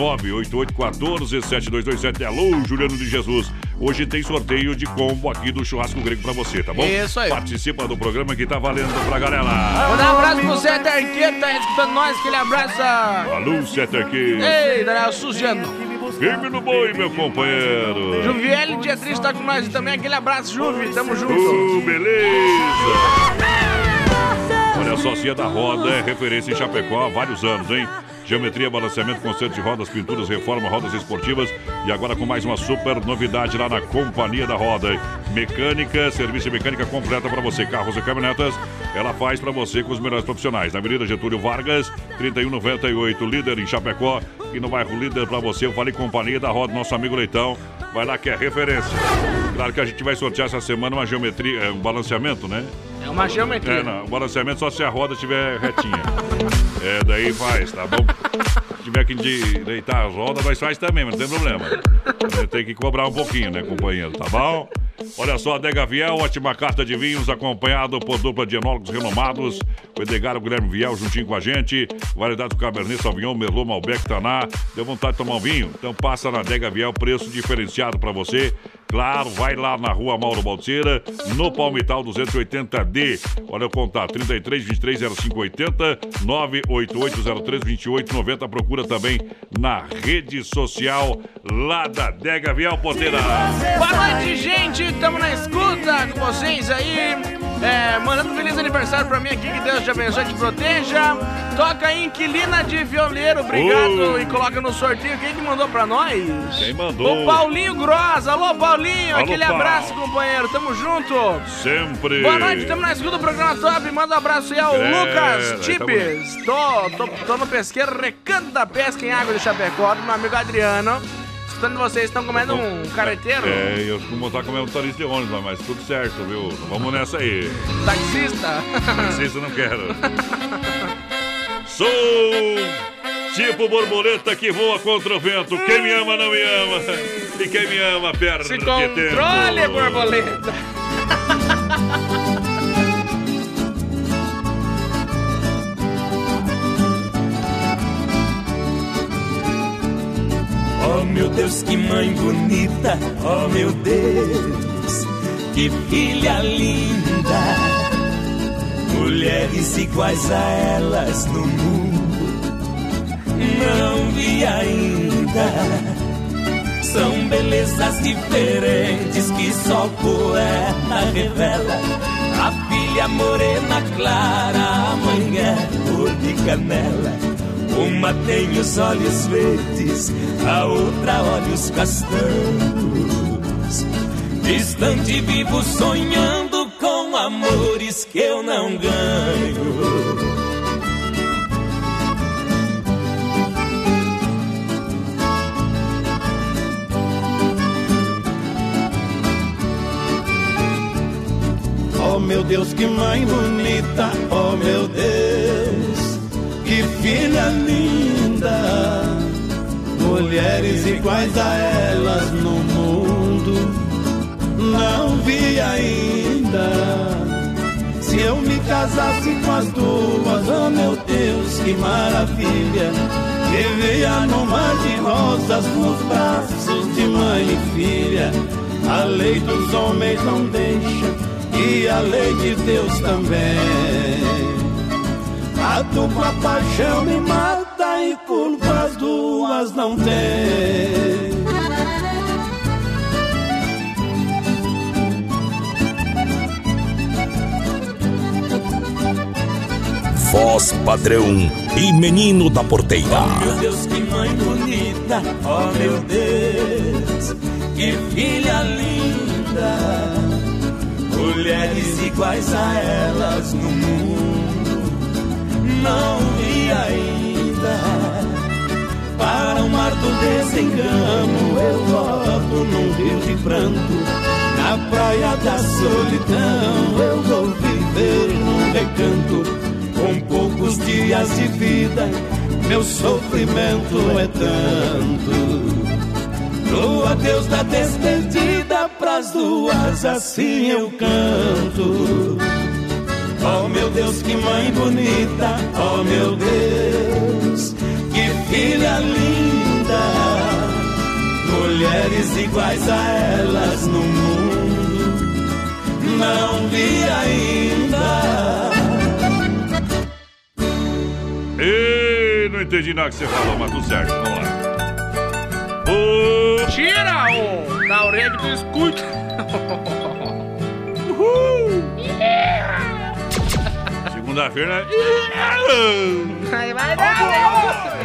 988-14-7227. Alô, Juliano de Jesus. Hoje tem sorteio de combo aqui do churrasco grego pra você, tá bom? Isso aí. Participa do programa que tá valendo pra galera. Vou dar um abraço pro Zé Arqueto, tá escutando nós, aquele abraço. Alô, Zé Arqueto. Ei, Daniel Suzano. Firme no boi, meu companheiro. Juviele Dietrich tá com nós também, aquele abraço, Juvi, tamo junto. Beleza. Olha só, Cia da Roda é referência em Chapecó há vários anos, hein? Geometria, balanceamento, conserto de rodas, pinturas, reforma, rodas esportivas e agora com mais uma super novidade lá na Companhia da Roda. Mecânica, serviço de mecânica completa para você, carros e caminhonetas, ela faz para você com os melhores profissionais. Na Avenida Getúlio Vargas, 3198, líder em Chapecó e no bairro Líder para você, eu falei Companhia da Roda, nosso amigo Leitão, vai lá que é referência. Claro que a gente vai sortear essa semana uma geometria, um balanceamento, né? É uma geometria. Não, o balanceamento só se a roda estiver retinha. Daí faz, tá bom? Se tiver que endireitar a roda, nós faz também, mas não tem problema. Tem que cobrar um pouquinho, né, companheiro? Tá bom? Olha só, Adega Viel, ótima carta de vinhos, acompanhado por dupla de enólogos renomados. O Edgar, o Guilherme Viel, juntinho com a gente. Variedade do Cabernet Sauvignon, Merlot, Malbec, Taná. Deu vontade de tomar um vinho? Então passa na Adega Viel, preço diferenciado pra você. Claro, vai lá na Rua Mauro Balseira, no Palmital 280D. Olha o contato, 33-23-0580, 988-03-2890. Procura também na rede social lá da Adega Viel Porteira. Boa noite, gente. Estamos na escuta com vocês aí. Mandando um feliz aniversário pra mim aqui. Que Deus te abençoe e te proteja. Toca aí, Inquilina de Violeiro. Obrigado. E coloca no sorteio. Quem que mandou pra nós? Quem mandou? O Paulinho Gross. Alô, Paulinho. Alô, aquele abraço, companheiro. Tamo junto. Sempre. Boa noite. Estamos na escuta do programa Top. Manda um abraço aí ao Lucas Tipes. Tô no pesqueiro, Recanto da Pesca em Água de Chapecó, do meu amigo Adriano. Escutando vocês, estão comendo um careteiro? Eu costumo estar comendo motorista de ônibus, mas tudo certo, viu? Vamos nessa aí. Taxista? Taxista não quero. Sou tipo borboleta que voa contra o vento. Quem me ama não me ama. E quem me ama perde Se controle, tempo. Borboleta. Oh meu Deus, que mãe bonita, oh meu Deus, que filha linda. Mulheres iguais a elas no mundo não vi ainda. São belezas diferentes que só o poeta revela. A filha morena clara, a mãe é cor de canela. Uma tem os olhos verdes, a outra olhos castanhos. Distante vivo sonhando com amores que eu não ganho. Oh meu Deus, que mãe bonita, oh meu Deus, que filha linda. Mulheres iguais a elas no mundo não vi ainda. Se eu me casasse com as duas, oh meu Deus, que maravilha. Vivia num mar de rosas nos braços de mãe e filha. A lei dos homens não deixa e a lei de Deus também. A dupla paixão me mata e culpa as duas não tem. Voz padrão e menino da porteira. Oh meu Deus, que mãe bonita, oh meu Deus, que filha linda. Mulheres iguais a elas no mundo não vi ainda. Para o mar do desengano eu volto num rio de pranto. Na praia da solidão eu vou viver num recanto. Com Com poucos dias de vida, meu sofrimento é tanto. No adeus da despedida, pras duas assim eu canto. Oh meu Deus, que mãe bonita, oh meu Deus, que filha linda. Mulheres iguais a elas no mundo não vi ainda. Ei, não entendi nada que você falou, mas tudo certo, vamos lá. Tira o na orelha que tu escuta. Uhul. Segunda-feira. Aí vai dar.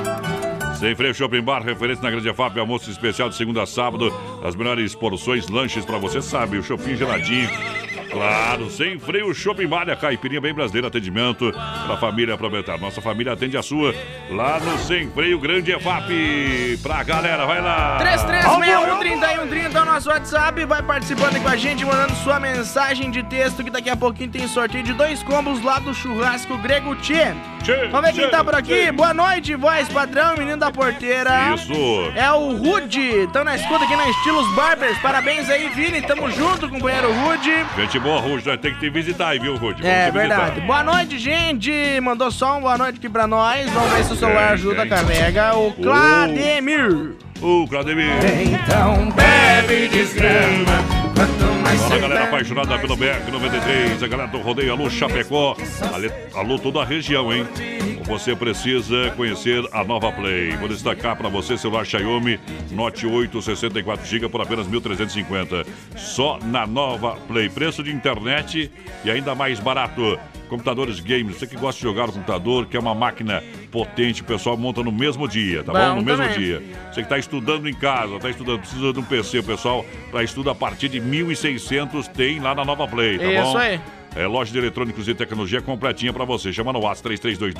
Sem Freio Shopping Bar, referência na Grande FAP, almoço especial de segunda a sábado, as melhores porções, lanches pra você, sabe, o shopping geladinho. Claro, Sem Freio Shopping Bar, a caipirinha bem brasileira, atendimento pra família aproveitar. Nossa família atende a sua lá no Sem Freio Grande EFAP. Pra galera, vai lá. 3361-3130 é o nosso WhatsApp. Vai participando aí com a gente, mandando sua mensagem de texto, que daqui a pouquinho tem sorteio de 2 combos lá do Churrasco Grego Tchê. Vamos ver quem tá por aqui. Boa noite, voz padrão, menino da porteira. Isso. É o Rude. Estão na escuta aqui na Estilos Barbers. Parabéns aí, Vini. Tamo junto, companheiro Rude. Gente boa, Rude. Nós temos que te visitar aí, viu, Rude? É verdade. Boa noite, gente. Mandou só um boa noite aqui pra nós. Vamos ver se o celular ajuda, carrega. O Clademir. O Clademir. Então bebe desgrama. Fala, galera apaixonada pelo BR-93, a galera do Rodeio Alô Chapecó, alô toda a região, hein? Você precisa conhecer a Nova Play. Vou destacar para você celular Xiaomi Note 8 64GB por apenas 1.350. Só na Nova Play. Preço de internet e ainda mais barato. Computadores games, você que gosta de jogar no computador, que é uma máquina potente, o pessoal monta no mesmo dia, tá bom? No mesmo dia. Você que está estudando em casa, precisa de um PC, pessoal, para estudo a partir de 1.600 tem lá na Nova Play, tá bom? Isso aí. É loja de eletrônicos e tecnologia completinha pra você. Chama no WhatsApp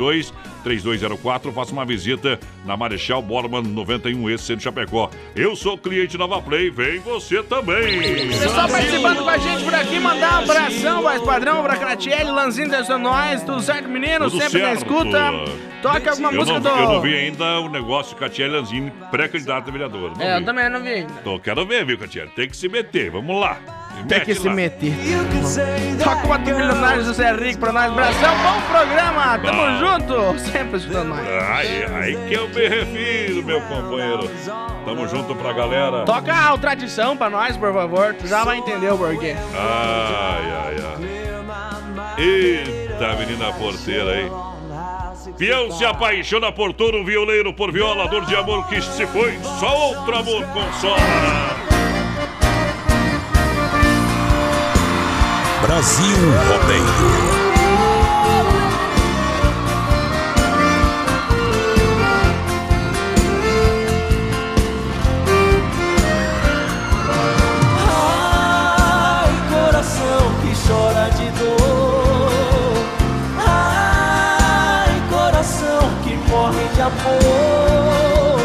3322-3204. Faça uma visita na Marechal Borman 91E, Centro Chapecó. Eu sou cliente Nova Play, vem você também. Pessoal participando com a gente por aqui, mandar um abração, voz padrão, pra Cratiele, Lanzinho, desde nós. Tudo certo, menino? Tudo sempre certo. Na escuta. Toca alguma música do... Eu não vi ainda o negócio de Catiele Lanzinho, pré-candidato a vereador. Eu também não vi ainda. Quero ver, viu, Catiele? Tem que se meter, vamos lá. Tem que se meter. Toca uma milionários do Zé Rico pra nós, Brasil. Bom programa, tamo junto. Sempre ajudando nós. Aí que eu me refiro, meu companheiro. Tamo junto pra galera. Toca o Tradição pra nós, por favor. Tu já vai entender o porquê. Ai. Eita, menina porteira aí. Fiel se apaixona por touro, violeiro por viola, dor de amor que se foi. Só outro amor consola. Brasil Rodeio. Ai, coração que chora de dor. Ai, coração que morre de amor.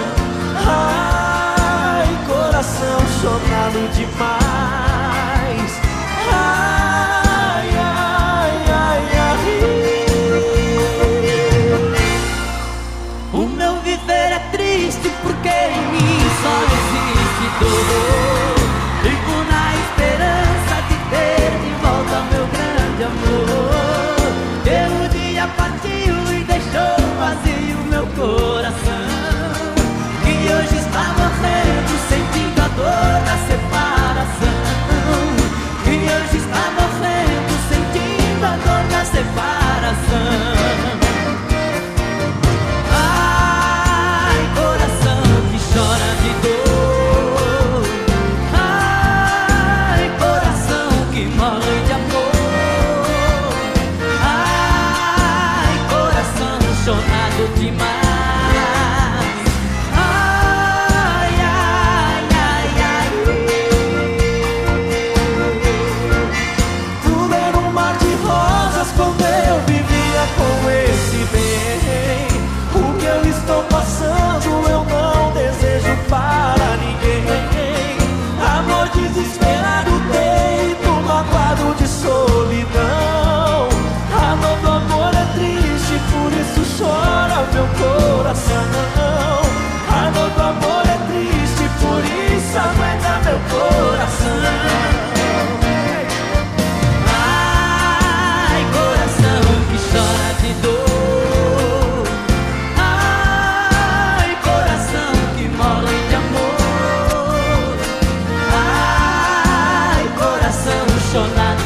Ai, coração chorado demais. Ai, ai, ai,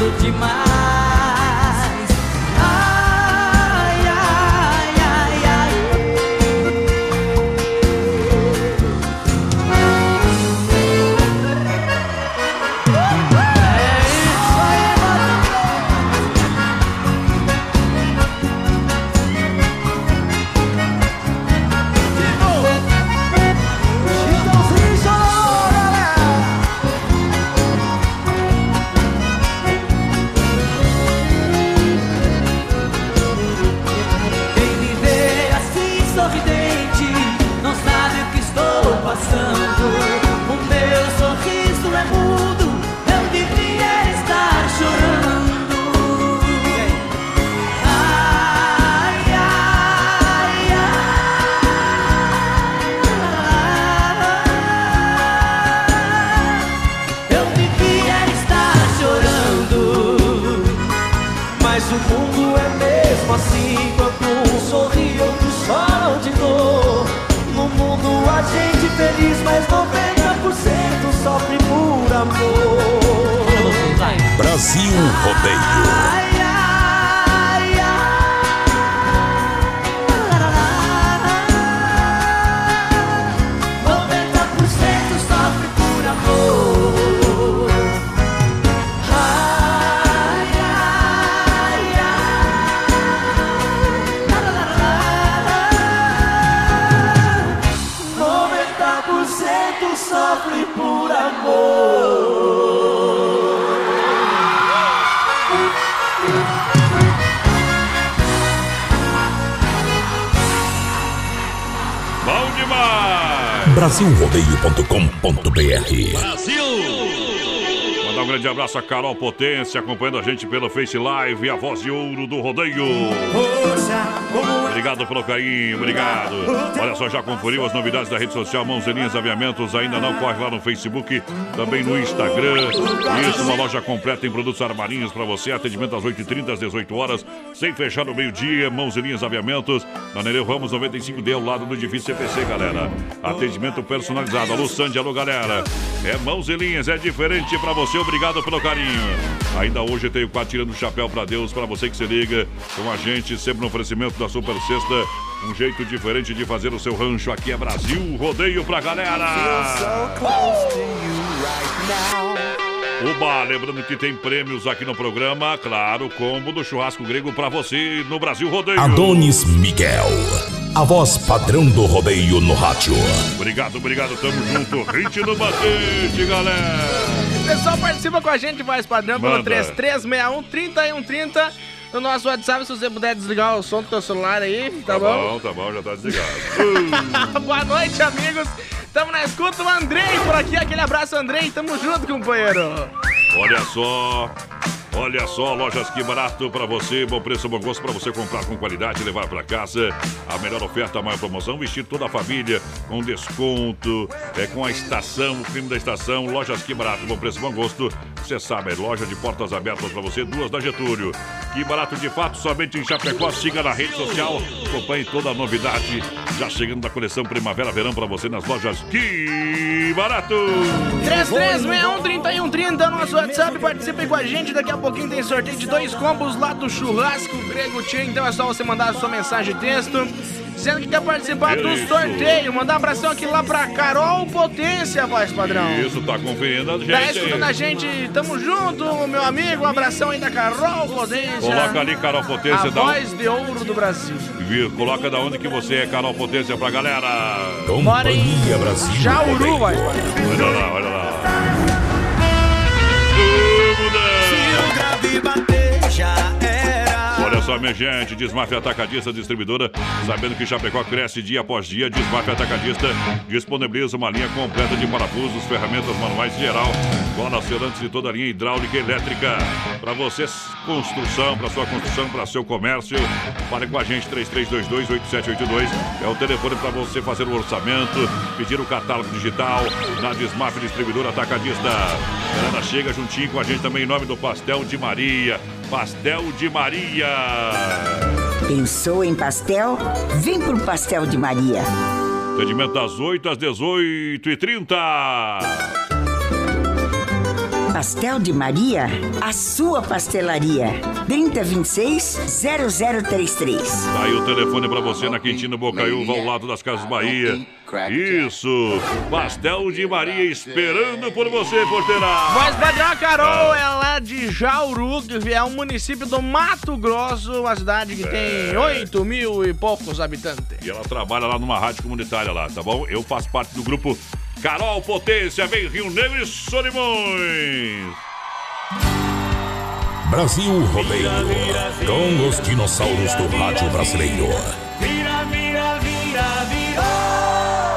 gosto demais. O meu sorriso é mudo, eu devia estar chorando. Ai, ai, ai, eu devia estar chorando. Mas o mundo é mesmo assim, quando um sorri, outro chora de dor. No mundo a gente feliz, mas 90% sofre por amor. Brasil Rodeio. Ai, ai, ai, 90% sofre por amor. Ai, ai, ai, 90% sofre por amor. Bom demais! BrasilRodeio.com.br. Brasil! Mandar um grande abraço a Carol Potência, acompanhando a gente pelo Face Live, a voz de ouro do rodeio. Obrigado pelo carinho, obrigado. Olha só, já conferiu as novidades da rede social Mãos e Linhas Aviamentos? Ainda não? Corre lá no Facebook, também no Instagram. Isso, uma loja completa em produtos armarinhos para você. Atendimento às 8h30, às 18 horas, sem fechar no meio-dia. Mãos e Linhas Aviamentos, na Nereu Ramos 95D, ao lado do edifício CPC, galera. Atendimento personalizado. Alô, Sandy, alô, galera. É Mãos e Linhas, é diferente para você. Obrigado pelo carinho. Ainda hoje tem o quadro Tirando o Chapéu para Deus, para você que se liga com a gente, sempre no oferecimento da Super Sexta. Um jeito diferente de fazer o seu rancho. Aqui é Brasil Rodeio pra galera. Oba, lembrando que tem prêmios aqui no programa. Claro, combo do churrasco grego pra você no Brasil Rodeio. Adonis Miguel, a voz padrão do rodeio no rádio. Obrigado, obrigado, tamo junto. Hit no batente, galera. O pessoal participa com a gente, voz padrão, pelo 3361-3130. No nosso WhatsApp, se você puder desligar o som do teu celular aí, tá bom? Tá bom, já tá desligado. Boa noite, amigos. Tamo na escuta, o Andrei por aqui. Aquele abraço, Andrei. Tamo junto, companheiro. Olha só, lojas Que Barato pra você, bom preço, bom gosto pra você comprar com qualidade e levar pra casa. A melhor oferta, a maior promoção, vestir toda a família com desconto, com a estação, o crime da estação. Lojas Que Barato, bom preço, bom gosto. Você sabe, é loja de portas abertas pra você, 2 da Getúlio. Que Barato de fato, somente em Chapecó. Siga na rede social, acompanhe toda a novidade. Já chegando da coleção Primavera-Verão pra você nas lojas Que Barato. 3361-3130, nosso WhatsApp, participem com a gente. Daqui a pouquinho tem sorteio de 2 combos lá do Churrasco Grego Tia. Então é só você mandar a sua mensagem de texto dizendo que quer participar do sorteio. Mandar um abração aqui lá pra Carol Potência, voz padrão. Isso, tá conferindo a gente. Tá escutando a gente, tamo junto, meu amigo. Um abração aí da Carol Potência. Coloca ali, Carol Potência. A voz de ouro do Brasil. Coloca da onde que você é, Carol Potência, pra galera. Companhia Brasil. Jauru, vai. Olha lá, olha lá. Olha só, minha gente, Desmafia Atacadista Distribuidora, sabendo que Chapecó cresce dia após dia. Desmafia Atacadista disponibiliza uma linha completa de parafusos, ferramentas manuais em geral, bolas selantes e toda a linha hidráulica e elétrica. Para você, construção, para sua construção, para seu comércio, fale com a gente, 3322-8782. É o telefone para você fazer o orçamento, pedir o catálogo digital na Desmafia Distribuidora Atacadista. Ela chega juntinho com a gente também em nome do Pastel de Maria. Pastel de Maria. Pensou em pastel? Vem pro Pastel de Maria. Atendimento das 8 às 18h30. Pastel de Maria, a sua pastelaria. 3026-0033. Tá aí o telefone pra você na Quintino Bocaiúva, ao lado das Casas Bahia. Isso, Pastel de Maria esperando por você, porteira. Voz padrão, a Carol, ela é de Jauru, que é um município do Mato Grosso, uma cidade que tem 8 mil e poucos habitantes. E ela trabalha lá numa rádio comunitária lá, tá bom? Eu faço parte do grupo Carol Potência, vem Rio Negro e Solimões. Brasil Rodeio, com os dinossauros do rádio brasileiro. Vira, vira, vira, virou.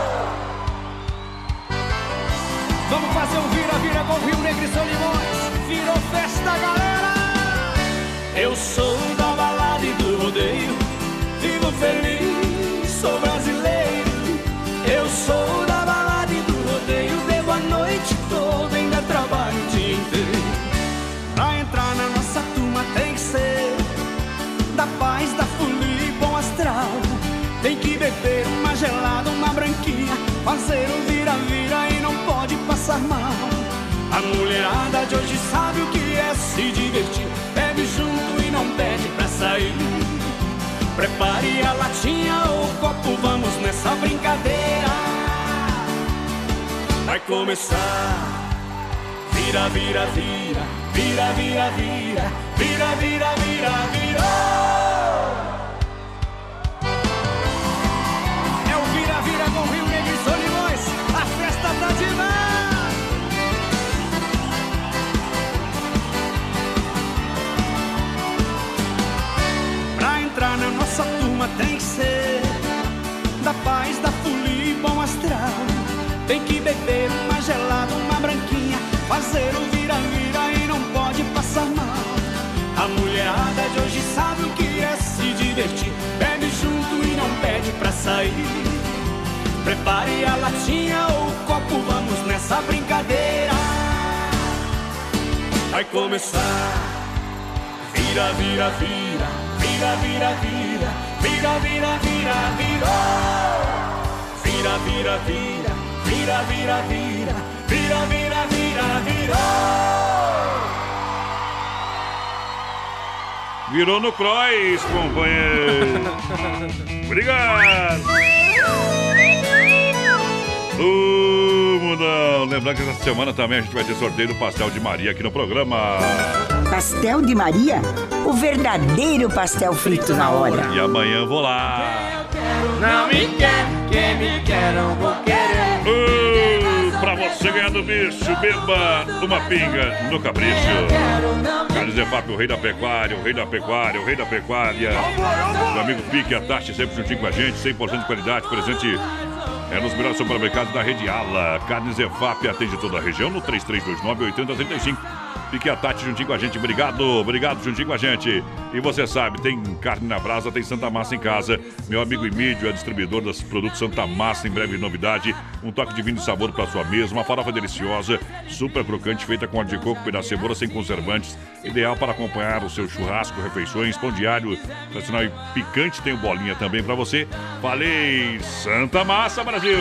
Vamos fazer um vira-vira com Rio Negro e Solimões. Virou festa, galera. Eu sou da balada e do rodeio, vivo feliz, sou brasileiro. Eu sou da balada e do rodeio, bebo a noite toda, ainda trabalho o dia inteiro. Pra entrar na nossa turma tem que ser da paz, da folia e bom astral. Tem que beber uma gelada, uma branquinha, fazer um vira-vira e não pode passar mal. A mulherada de hoje sabe o que é se divertir, bebe junto e não pede pra sair. Prepare a latinha ou o copo, vamos nessa brincadeira. Vai começar. Vira, vira, vira, vira, vira, vira, vira, vira, vira, virou. É o vira, vira com Rio Negro e Solimões, a festa tá demais. Pra entrar na nossa turma tem que ser da paz, da folia e bom astral. Tem que beber uma gelada, uma branquinha, fazer o vira-vira e não pode passar mal. A mulherada de hoje sabe o que é se divertir, bebe junto e não pede pra sair. Prepare a latinha ou o copo, vamos nessa brincadeira. Vai começar. Vira, vira, vira, vira, vira, vira, vira, vira, vira, virou. Vira, vira, vira, vira, vira, vira, vira, vira, vira, virou. Virou no Croix, companheiro. Obrigado. Mundão. Lembrando que essa semana também a gente vai ter sorteio do Pastel de Maria aqui no programa. Pastel de Maria? O verdadeiro pastel frito na hora. E amanhã eu vou lá. Não me quer, quem me quer não vou querer. Pra você ganhar do bicho, beba uma pinga no capricho. Carnes EFAP, o rei da pecuária, o rei da pecuária, o rei da pecuária. Meu amigo Pique, a taxa sempre juntinho com a gente, 100% de qualidade, presente nos melhores supermercados da rede Ala. Carnes EFAP atende toda a região no 3329-8035. Fique a Tati juntinho com a gente, obrigado juntinho com a gente. E você sabe, tem carne na brasa, tem Santa Massa em casa. Meu amigo Emílio é distribuidor dos produtos Santa Massa, em breve novidade. Um toque de vinho e sabor para sua mesa, uma farofa deliciosa, super crocante, feita com óleo de coco, pedaço de cebola sem conservantes. Ideal para acompanhar o seu churrasco, refeições, pão diário, tradicional e picante. Tem o bolinha também para você. Falei, Santa Massa, Brasil!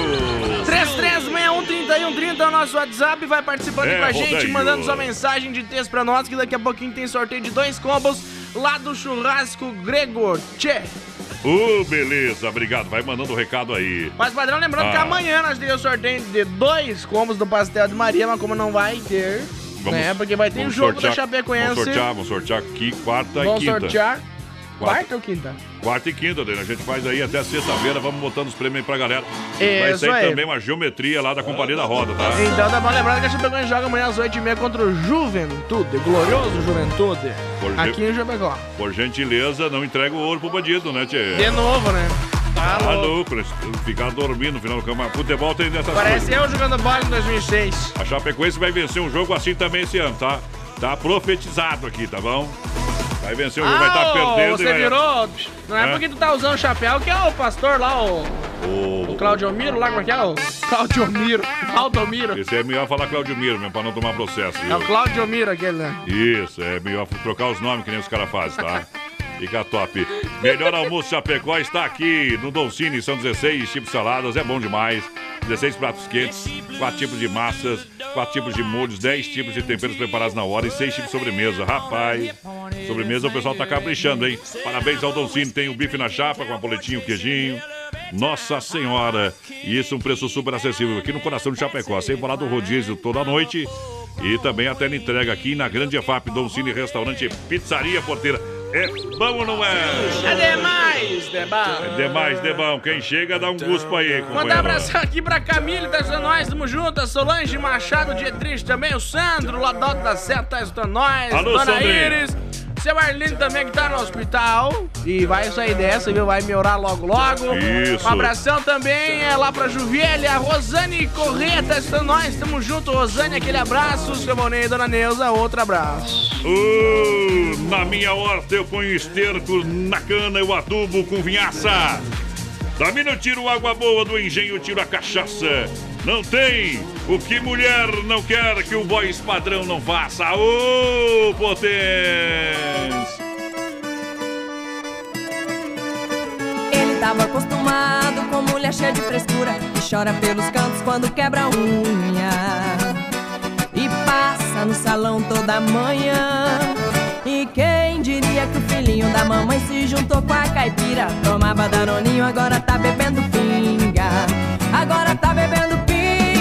3361-3130 é o nosso WhatsApp, vai participando com a gente, rodeio. mandando sua mensagem de texto pra nós, que daqui a pouquinho tem sorteio de 2 combos lá do Churrasco Grego. Tchê! Beleza, obrigado. Vai mandando o recado aí. Mas, padrão, lembrando que amanhã nós temos sorteio de 2 combos do Pastel de Maria, mas como não vai ter, né? Porque vai ter o jogo da Chapecoense. Vamos sortear aqui quarta e quinta. Vamos sortear quarta ou quinta? Quarta e quinta, Dani. A gente faz aí até sexta-feira, vamos botando os prêmios aí pra galera. Isso vai sair aí. também uma geometria lá da Companhia da Roda, tá? Então tá bom, lembrando que a Chapecoense joga amanhã às 8h30 contra o Juventude, glorioso Juventude, aqui em Chapecó. Por gentileza, não entrega o ouro pro bandido, né, tchê? De novo, né? Tá louco. Ficar dormindo no final do campo. Futebol tem dessas Parece coisas. eu jogando bola em 2006. A Chapecoense vai vencer um jogo assim também esse ano, tá? Tá profetizado aqui, tá bom? Vai vencer o jogo, vai estar perdendo. Você virou... Não é porque tu tá usando o chapéu, que é o pastor lá, o Claudio Miro lá, como é que é? O Claudio Miro, Aldomiro. Esse é melhor falar Claudio Miro mesmo, pra não tomar processo, viu? É o Claudio Miro aquele, né? Isso, é melhor trocar os nomes que nem os caras fazem, tá? Fica top. Melhor almoço Chapecó está aqui no Don Cine, são 16 tipos de saladas, é bom demais. 16 pratos quentes, 4 tipos de massas. 4 tipos de molhos, 10 tipos de temperos preparados na hora e 6 tipos de sobremesa. Rapaz, sobremesa o pessoal tá caprichando, hein? Parabéns ao Doncini, tem o bife na chapa com a boletinha, o queijinho. Nossa Senhora! E isso é um preço super acessível aqui no coração de Chapecó. Sem falar do rodízio toda noite e também a entrega aqui na Grande EFAP, Doncini Restaurante Pizzaria Porteira. É bom ou não é? É demais, de bom. É demais, de bom. Quem chega dá um guspo aí, companheiro. Mandar um abraço aqui pra Camille, tá ajudando nós, tamo junto. A Solange Machado, Dietrich também, o Sandro, lá do Alto da Seta, tá ajudando nós. Alô, Dona Sandrinho. Iris. Seu Arlindo também que tá no hospital e vai sair dessa, viu? Vai melhorar logo, logo. Isso. Um abração também lá pra Juviele, a Rosane Corrêa, tá ajudando nós. Tamo junto, Rosane, aquele abraço. Seu Boninho e Dona Neuza, outro abraço. Na minha horta eu ponho esterco, na cana eu adubo com vinhaça. Da mina eu tiro água boa, do engenho eu tiro a cachaça. Não tem o que mulher não quer que o voz padrão não faça. Ô, potência! Ele tava acostumado com mulher cheia de frescura, que chora pelos cantos quando quebra a unha e passa no salão toda manhã. E quem diria que o filhinho da mamãe se juntou com a caipira? Tomava danoninho, agora tá bebendo pinga. Agora tá bebendo pinga.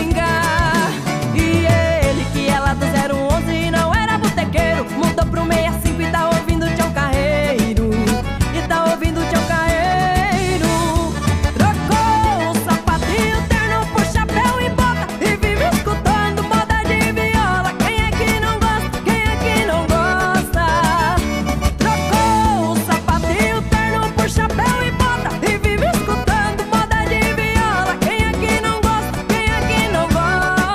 E ele que é lá do 011 e não era botequeiro, mudou pro 65 e tá ouvindo Tião Carreiro. E tá ouvindo Tião Carreiro. Trocou o sapatinho, terno por chapéu e bota e vive escutando moda de viola. Quem é que não gosta? Quem é que não gosta? Trocou o sapatinho, terno por chapéu e bota e vive escutando moda de viola. Quem é que não gosta? Quem é que não gosta?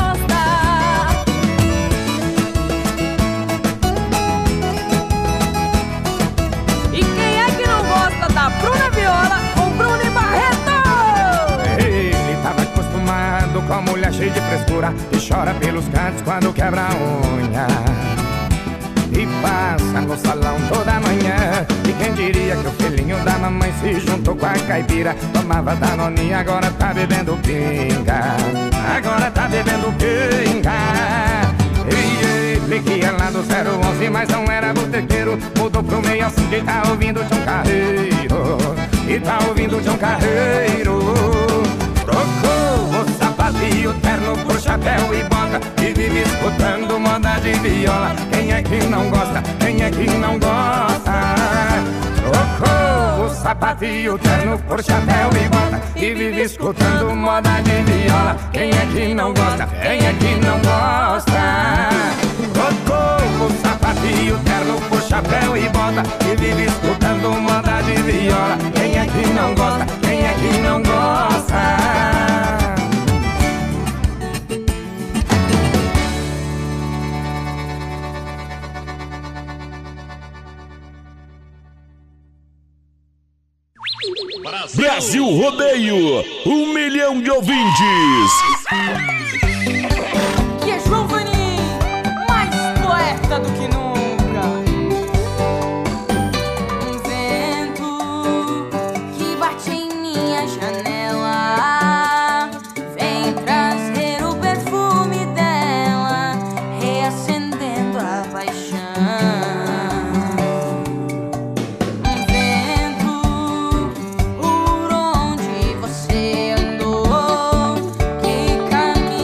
E quem é que não gosta da Bruna Viola com Bruno e Barreto? Ele tava acostumado com a mulher cheia de frescura, e chora pelos cantos quando quebra a unha e passa no salão toda manhã. E quem diria que o filhinho da mamãe se juntou com a caipira? Tomava danoninha, agora tá bebendo pinga. Agora tá bebendo pinga. E ele que é lá do 011, mas não era botequeiro, mudou pro 65 e tá ouvindo Tião Carreiro. E tá ouvindo Tião Carreiro. Trocou o sapatinho, terno por chapéu e bota e vive escutando moda de viola. Quem é que não gosta? Quem é que não gosta? Trocou o sapatinho, terno por chapéu e bota e vive escutando moda de viola. Quem é que não gosta? Quem é que não gosta? Trocou o sapatinho, terno por chapéu e bota e vive escutando moda de viola. Quem é que não gosta? Quem é que não gosta? Brasil Rodeio, 1 milhão de ouvintes. Que é João Vanim, mais poeta do que nunca. Um vento que bate em minha janela vem trazer o perfume dela, reacendendo a paixão. Um vento por onde você andou, que caminho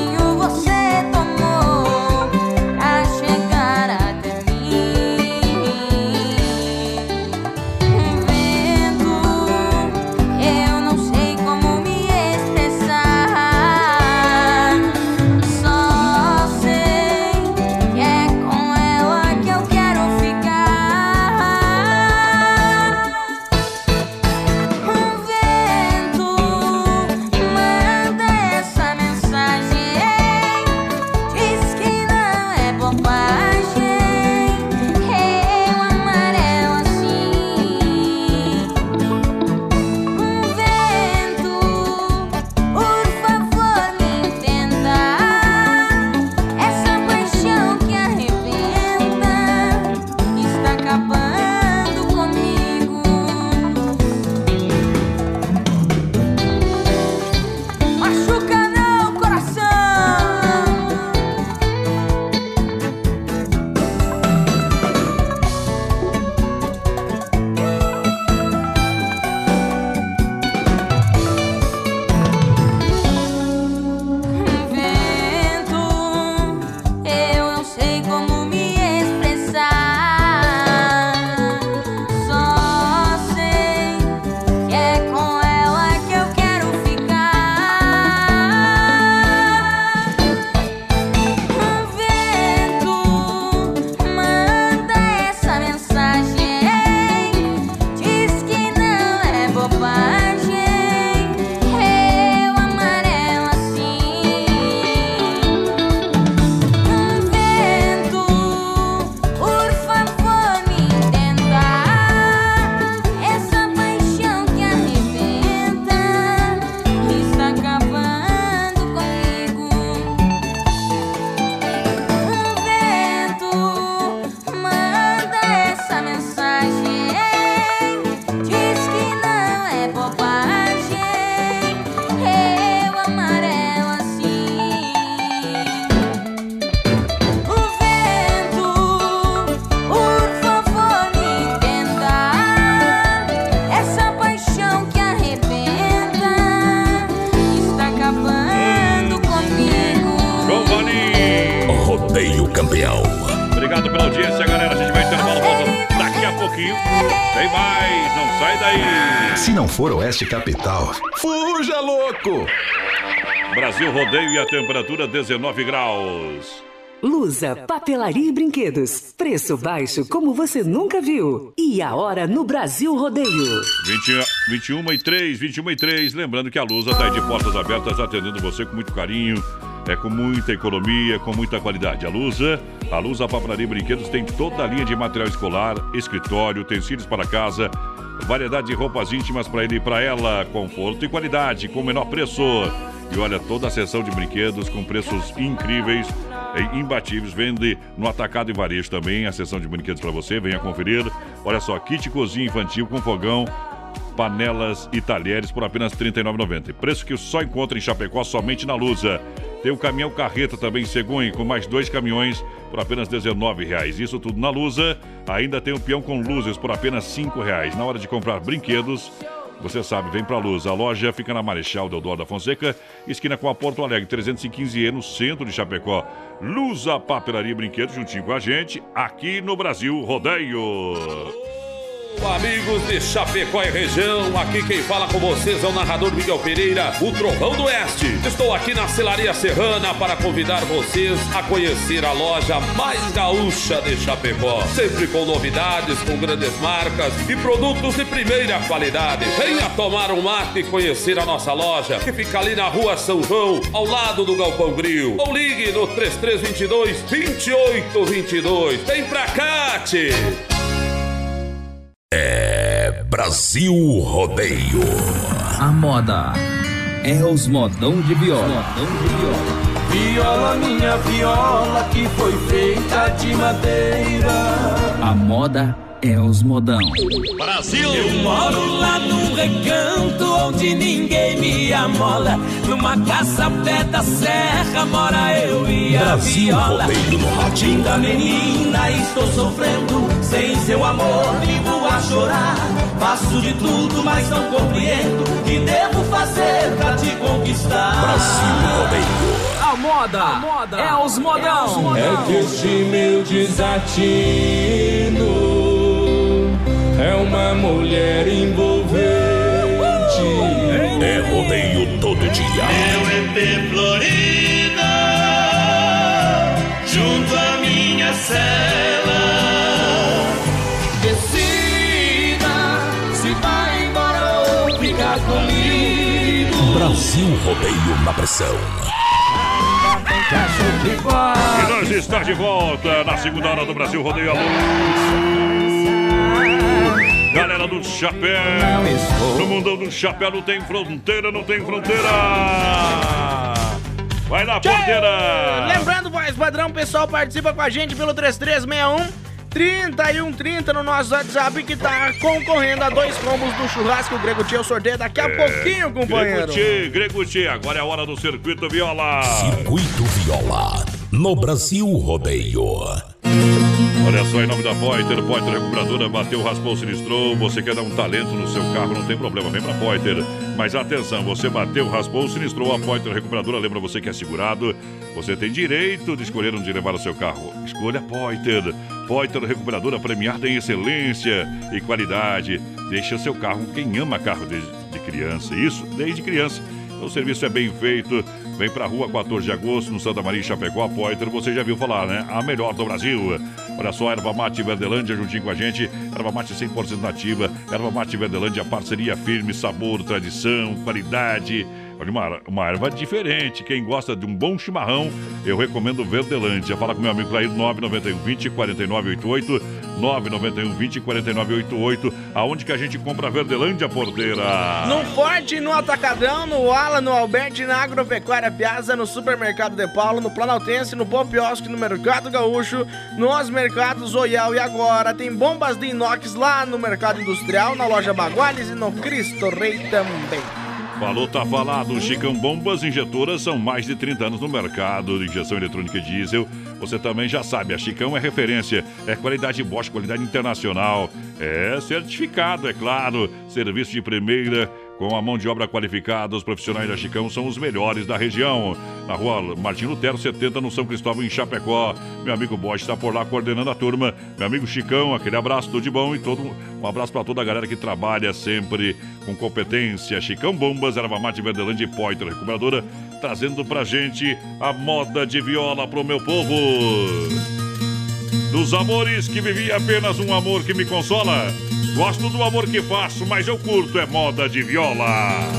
Rodeio Campeão. Obrigado pela audiência, galera. A gente vai intervalo, volta daqui a pouquinho. Tem mais, não sai daí. Se não for Oeste Capital, fuja, louco! Brasil Rodeio e a temperatura 19 graus. Lusa, papelaria e brinquedos. Preço baixo como você nunca viu. E a hora no Brasil Rodeio. 21h03. Lembrando que a Lusa está aí de portas abertas, atendendo você com muito carinho, com muita economia, com muita qualidade. A Lusa, papelaria e brinquedos tem toda a linha de material escolar, escritório, utensílios para casa, variedade de roupas íntimas para ele e para ela, conforto e qualidade com o menor preço. E olha, toda a seção de brinquedos com preços incríveis, imbatíveis. Vende no atacado e varejo também a seção de brinquedos para você. Venha conferir. Olha só, kit cozinha infantil com fogão, panelas e talheres por apenas R$ 39,90. Preço que só encontra em Chapecó, somente na Lusa. Tem o caminhão carreta também, Cegonha, com mais 2 caminhões por apenas R$ 19,00. Isso tudo na Lusa. Ainda tem o peão com luzes por apenas R$ 5,00. Na hora de comprar brinquedos, você sabe, vem pra Luz. A loja fica na Marechal Deodoro da Fonseca, esquina com a Porto Alegre, 315E, no centro de Chapecó. Luz, a papelaria e brinquedos, juntinho com a gente, aqui no Brasil Rodeio. Amigos de Chapecó e região, aqui quem fala com vocês é o narrador Miguel Pereira, o Trovão do Oeste. Estou aqui na Celaria Serrana para convidar vocês a conhecer a loja mais gaúcha de Chapecó. Sempre com novidades, com grandes marcas e produtos de primeira qualidade. Venha tomar um mate e conhecer a nossa loja, que fica ali na Rua São João, ao lado do Galpão Grill. Ou ligue no 3322-2822. Vem pra cá, tchê! É Brasil Rodeio. A moda é os modão de viola. Viola, minha viola, que foi feita de madeira. A moda é os modão. Brasil! Eu moro lá num recanto onde ninguém me amola. Numa casa ao pé da serra mora eu e a Brasil viola. Rodeio no rádio. Linda menina, estou sofrendo. Sem seu amor vivo a chorar. Faço de tudo, mas não compreendo o que devo fazer pra te conquistar. Brasil Rodeio. A moda é os modão. É que este meu desatino é uma mulher envolvente. É rodeio todo dia. Meu EP Florida, junto à minha cela. Decida se vai embora ou ficar comigo. Brasil Rodeio na pressão. E nós estamos de volta na segunda hora do Brasil Rodeio. Alô, galera do chapéu. No mundão do chapéu não tem fronteira, não tem fronteira. Vai lá, porteira. Lembrando, voz padrão, o pessoal participa com a gente pelo 3361-3130 no nosso WhatsApp, que tá concorrendo a 2 combos do churrasco Grego Tchê. O sorteio daqui a pouquinho, companheiro. Grego Tchê, agora é a hora do Circuito Viola. Circuito Viola no Brasil Rodeio. Olha só, em nome da Poiter Recuperadora, bateu, raspou, sinistrou. Você quer dar um talento no seu carro, não tem problema, vem pra Poiter. Mas atenção, você bateu, raspou, sinistrou, a Poiter Recuperadora lembra você que é segurado. Você tem direito de escolher onde levar o seu carro. Escolha a Poiter. Poiter Recuperadora, premiada em excelência e qualidade. Deixa seu carro com quem ama carro desde criança. Isso, desde criança. O serviço é bem feito. Vem pra rua 14 de agosto, no Santa Maria, Chapecó. A Poiter, você já viu falar, né? A melhor do Brasil. Olha só, Erva Mate Verdelândia juntinho com a gente. Erva Mate 100% nativa. Erva Mate Verdelândia, parceria firme, sabor, tradição, qualidade. Olha, uma erva diferente. Quem gosta de um bom chimarrão, eu recomendo Verdelândia. Fala com meu amigo Clair, 991-20-4988. 991-20-4988. Aonde que a gente compra Verdelândia, porteira? No Forte, no Atacadão, no Ala, no Alberti, na Agropecuária Piazza, no Supermercado de Paulo, no Planaltense, no Pompiosque, no Mercado Gaúcho, nos Mercados Oial. E agora tem bombas de inox lá no Mercado Industrial, na loja Baguales e no Cristo Rei também. Falou, tá falado. Chicão Bombas Injetoras são mais de 30 anos no mercado de injeção eletrônica e diesel. Você também já sabe, a Chicão é referência. É qualidade Bosch, qualidade internacional. É certificado, é claro. Serviço de primeira com a mão de obra qualificada. Os profissionais da Chicão são os melhores da região. Na rua Martim Lutero, 70, no São Cristóvão, em Chapecó. Meu amigo Bosch está por lá coordenando a turma. Meu amigo Chicão, aquele abraço, tudo de bom. E um abraço para toda a galera que trabalha sempre com competência. Chicão Bombas, Erva Mate, Verdelândia e Poitra, recuperadora, trazendo pra gente a moda de viola pro meu povo. Dos amores que vivi, apenas um amor que me consola. Gosto do amor que faço, mas eu curto é moda de viola.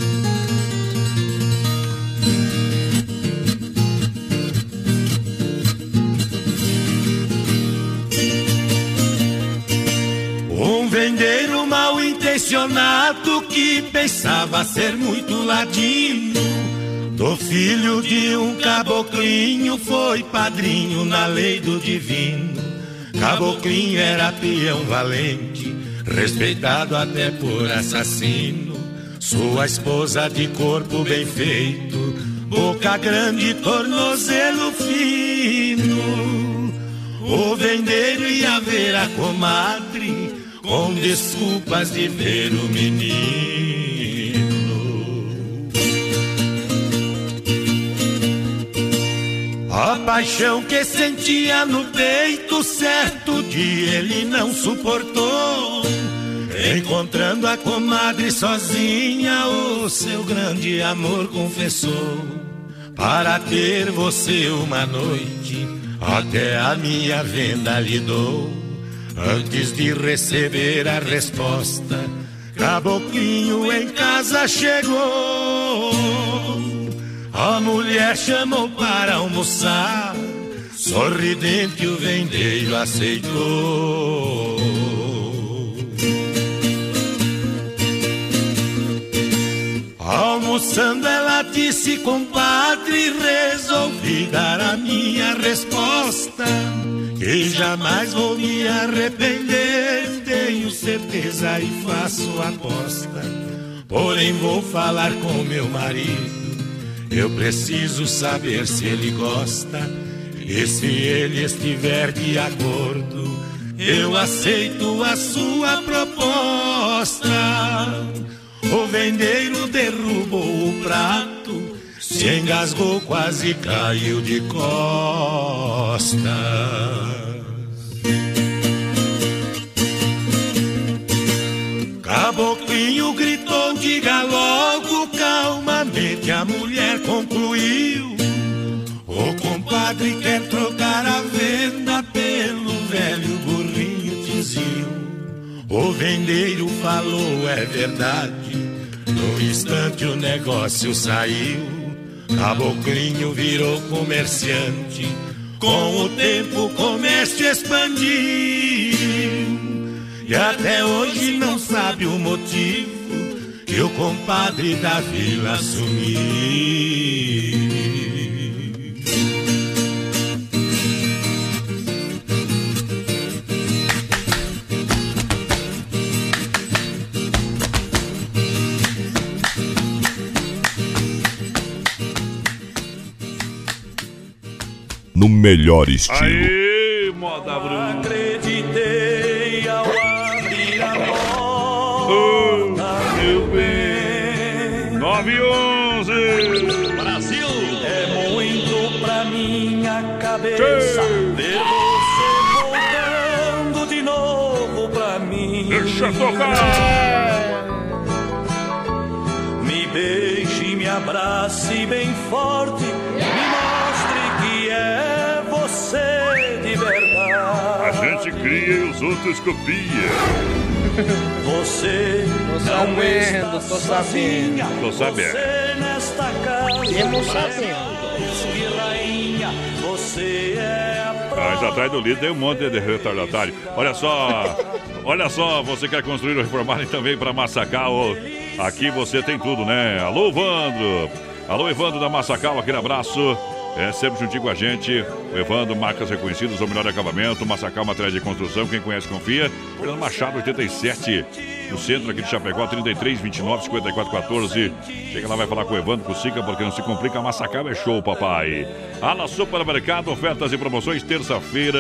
Um vendeiro mal intencionado que pensava ser muito ladino, do filho de um caboclinho, foi padrinho na lei do divino. Caboclinho era peão valente, respeitado até por assassino. Sua esposa de corpo bem feito, boca grande, tornozelo fino. O vendeiro ia ver a comadre, com desculpas de ver o menino. A paixão que sentia no peito, certo dia ele não suportou. Encontrando a comadre sozinha, o seu grande amor confessou. Para ter você uma noite, até a minha venda lhe dou. Antes de receber a resposta, Caboclinho em casa chegou. A mulher chamou para almoçar, sorridente o vendeiro aceitou. Almoçando ela disse: compadre, resolvi dar a minha resposta, que jamais vou me arrepender, tenho certeza e faço aposta. Porém vou falar com meu marido, eu preciso saber se ele gosta. E se ele estiver de acordo, eu aceito a sua proposta. O vendeiro derrubou o prato, se engasgou, quase caiu de costas. Caboclinho gritou: diga logo calmamente. A mulher concluiu: o compadre quer trocar a venda pelo velho burrinho tizil. O vendeiro falou: é verdade. No instante o negócio saiu. Caboclinho virou comerciante, com o tempo o comércio expandiu. E até hoje não sabe o motivo que o compadre da vila sumiu. No melhor estilo. Aê, moda Bruno. Acreditei ao abrir a porta, meu bem. 911 Brasil. É muito pra minha cabeça ver você voltando de novo pra mim. Deixa tocar. Me beije, me abrace bem forte, me mostre que é você de verdade. A gente cria e os outros copiam. Você não está sozinha. Tô sabendo. Você nesta casa. Temos sabendo. Rainha, você é a prova. Mas atrás do líder tem um monte de retardatário. Olha só, você quer construir ou reformar, então vem para Massacal. Aqui você tem tudo, né? Alô, Evandro. Alô, Evandro da Massacal, aquele abraço. É sempre juntinho com a gente. O Evandro, marcas reconhecidas, o melhor acabamento. Massacal, materiais de construção. Quem conhece, confia. Fernando Machado, 87. No centro aqui de Chapecó, 33, 29, 54, 14. Chega lá, vai falar com o Evandro, com o Sica, porque não se complica. Massacal é show, papai. Ala Supermercado, ofertas e promoções. Terça-feira,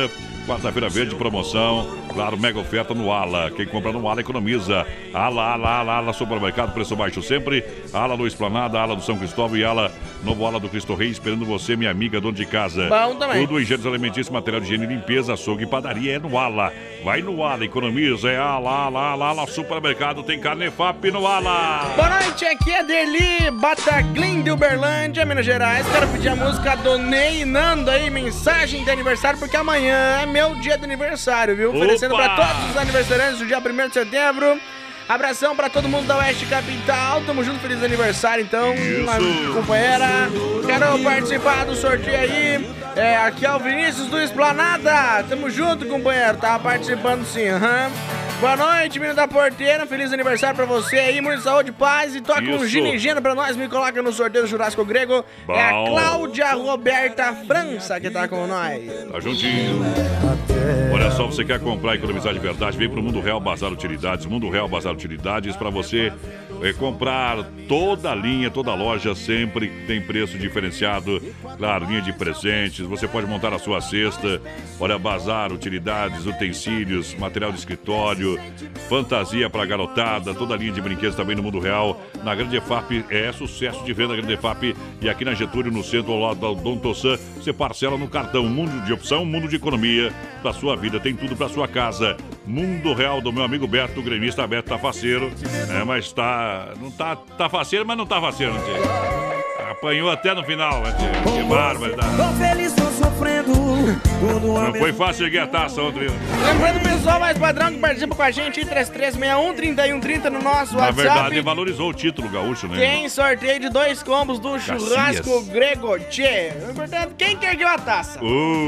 Quarta-feira verde, promoção. Claro, mega oferta no Ala. Quem compra no Ala economiza. Ala, supermercado, preço baixo sempre. Ala no Esplanada, Ala do São Cristóvão e Ala, novo Ala do Cristo Rei, esperando você, minha amiga, dona de casa. Bom também. Tudo higiene alimentícios, material de higiene e limpeza, açougue e padaria é no Ala. Vai no Ala, economiza, é Ala, supermercado, tem carne FAP no Ala. Boa noite, aqui é Derli Bataglin de Uberlândia, Minas Gerais. Quero pedir a música do Ney e Nando aí, mensagem de aniversário, porque amanhã é meu dia de aniversário, viu? Oferecendo pra todos os aniversariantes do dia 1º de setembro. Abração pra todo mundo da Oeste Capital. Tamo junto, feliz aniversário, então, companheira. Quero participar do sorteio aí. Aqui é o Vinícius do Esplanada. Tamo junto, companheiro. Tava participando sim, Boa noite, menino da porteira. Feliz aniversário pra você aí. Muita saúde, paz. E toca um gin e gina pra nós. Me coloca no sorteio do churrasco grego. Bom. É a Cláudia Roberta França que tá com nós. Tá juntinho. Olha só, você quer comprar e economizar de verdade? Vem pro Mundo Real Bazar Utilidades. Mundo Real Bazar Utilidades pra você comprar toda a linha, toda a loja sempre tem preço diferenciado. Claro, linha de presentes. Você pode montar a sua cesta. Olha, bazar, utilidades, utensílios, material de escritório, fantasia pra garotada, toda a linha de brinquedos também no Mundo Real. Na Grande EFAP é sucesso de venda, Grande EFAP. E aqui na Getúlio, no centro, ao lado da Dom Tossan, você parcela no cartão. Mundo de opção, mundo de economia pra sua vida. Tem tudo pra sua casa. Mundo Real do meu amigo Beto, o gremista Beto tá faceiro. Mas não tá faceiro, mas não tá faceiro, não tinha. Apanhou até no final, que barbaridade. Tô feliz, tô sofrendo. Não foi fácil erguer a taça ontem. Lembrando o pessoal mais padrão que participa com a gente, 3361-3130 no nosso WhatsApp. Na verdade, valorizou o título gaúcho, né? Tem sorteio de 2 combos do churrasco grego. Tchê, portanto, quem que ergueu a taça?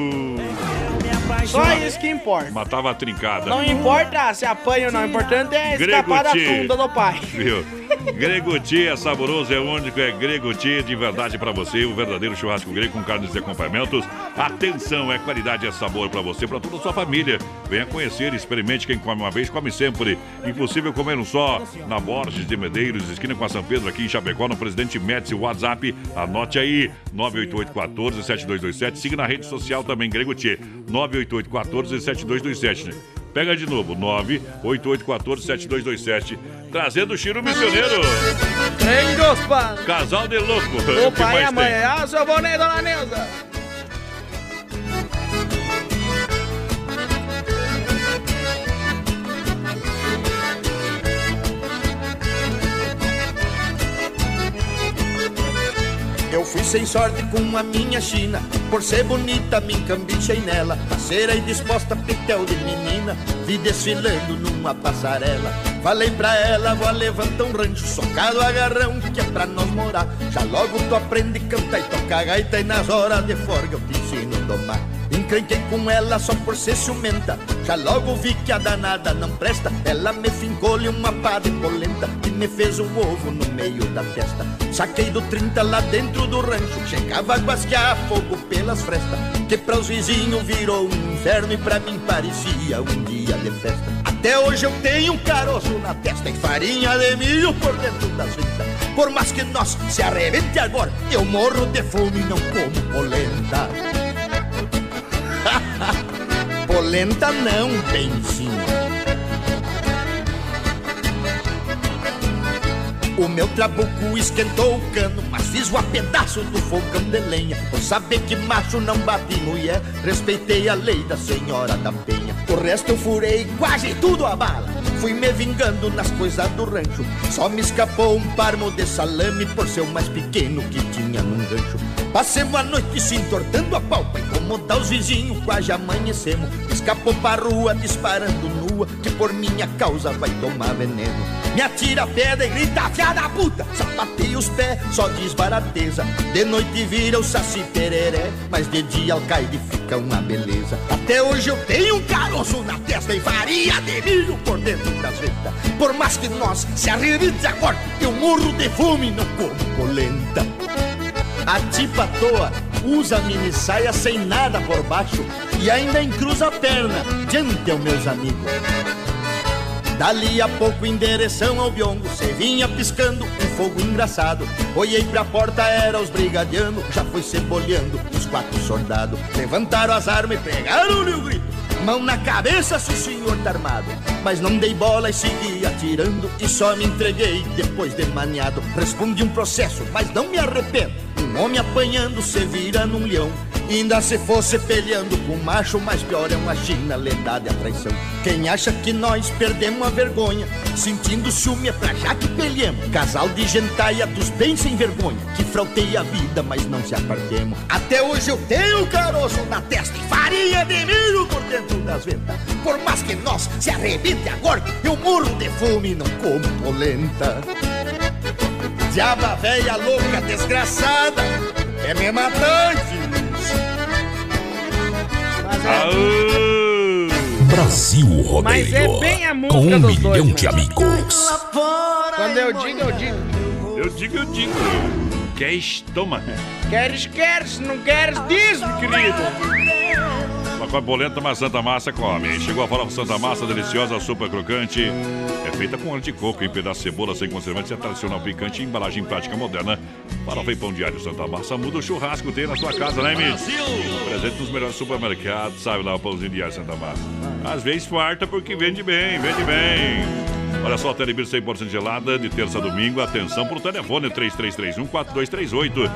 Só isso que importa. Matava a trincada. Não importa se apanha ou não, o importante é escapar da tunda do pai. Viu? Grego Tia, saboroso, é único, é Grego Tia, de verdade pra você, o verdadeiro churrasco grego com carnes e acompanhamentos. Atenção, é qualidade, é sabor pra você, pra toda a sua família. Venha conhecer, experimente, quem come uma vez, come sempre. Impossível comer um só, na Borges de Medeiros, esquina com a São Pedro, aqui em Chapecó, no Presidente Médici, WhatsApp, anote aí, 988-14-7227, siga na rede social também, Grego Tia, 988-14-7227, né? Pega de novo, 988-14-7227. Trazendo o Chiro Missioneiro. Trem dos pais. Casal de louco. O pai e a mãe. Ah, seu boné, dona Neuza. Eu fui sem sorte com a minha China, por ser bonita me encambichei nela, parceira e disposta, pitel de menina, vi desfilando numa passarela. Falei pra ela, vou levantar um rancho, socado agarrão, que é pra nós morar. Já logo tu aprende a cantar e tocar gaita, e nas horas de folga eu te ensino a domar. Encrenquei com ela só por ser ciumenta, já logo vi que a danada não presta. Ela me fincou-lhe uma pá de polenta e me fez um ovo no meio da testa. Saquei do 30 lá dentro do rancho, chegava a guasquear fogo pelas frestas, que pra os vizinhos virou um inferno e pra mim parecia um dia de festa. Até hoje eu tenho um caroço na testa e farinha de milho por dentro das ventas. Por mais que nós se arrebente agora, eu morro de fome e não como polenta. Polenta não, benzinho. O meu trabuco esquentou o cano, mas fiz a pedaço do fogão de lenha. Por saber que macho não bate mulher, respeitei a lei da senhora da penha. O resto eu furei quase tudo a bala, fui me vingando nas coisas do rancho. Só me escapou um parmo de salame por ser o mais pequeno que tinha num rancho. Passemos a noite se entortando a pau pra incomodar os vizinhos, quase amanhecemos. Escapou pra rua disparando nua, que por minha causa vai tomar veneno. Me atira a pedra e grita, filha da puta, sapateia os pés, só diz barateza. De noite vira o saci tereré, mas de dia alcaide fica uma beleza. Até hoje eu tenho um caroço na testa e farinha de milho por dentro das ventas. Por mais que nós se arrebite a corte, eu morro de fome e não como polenta. A tipa à toa usa mini saia sem nada por baixo e ainda encruza a perna diante aos meus amigos. Dali a pouco em direção ao biongo, cê vinha piscando um fogo engraçado. Olhei pra porta, era os brigadianos, já foi cebolhando os 4 soldados. Levantaram as armas e pegaram-lhe o grito, Mão na cabeça se o senhor tá armado. Mas não dei bola e segui atirando, e só me entreguei depois de maniado. Respondi um processo, mas não me arrependo. Um homem apanhando se vira num leão. Ainda se fosse peleando com macho, mas pior é uma chinelada e a traição. Quem acha que nós perdemos a vergonha, sentindo ciúme é pra já que peleemos. Casal de gentaia dos bem sem vergonha, que frautei a vida, mas não se apartemos. Até hoje eu tenho caroço na testa e farinha de milho por dentro das ventas. Por mais que nós se arrebente agora, eu morro de fome e não como polenta. Diaba véia louca, desgraçada, é me matar, filhos. Brasil Rodeio. Mas é bem a música com 1 dos milhão dois, de amigos. Quando eu digo, eu digo. Eu digo. Queres, toma. Queres, não queres, diz, querido. Com a polenta, mas Santa Massa come. Chegou a farofa Santa Massa, deliciosa, super crocante. É feita com óleo de coco, em pedaço de cebola, sem conservantes, é tradicional picante, embalagem prática moderna. Farofa e pão diário Santa Massa, muda o churrasco, tem na sua casa, né, Mitch? Presente nos melhores supermercados, sabe lá o pãozinho diário Santa Massa. Às vezes farta porque vende bem. Olha só, a Telebir 100% gelada, de terça a domingo. Atenção pro telefone, 3331-4238,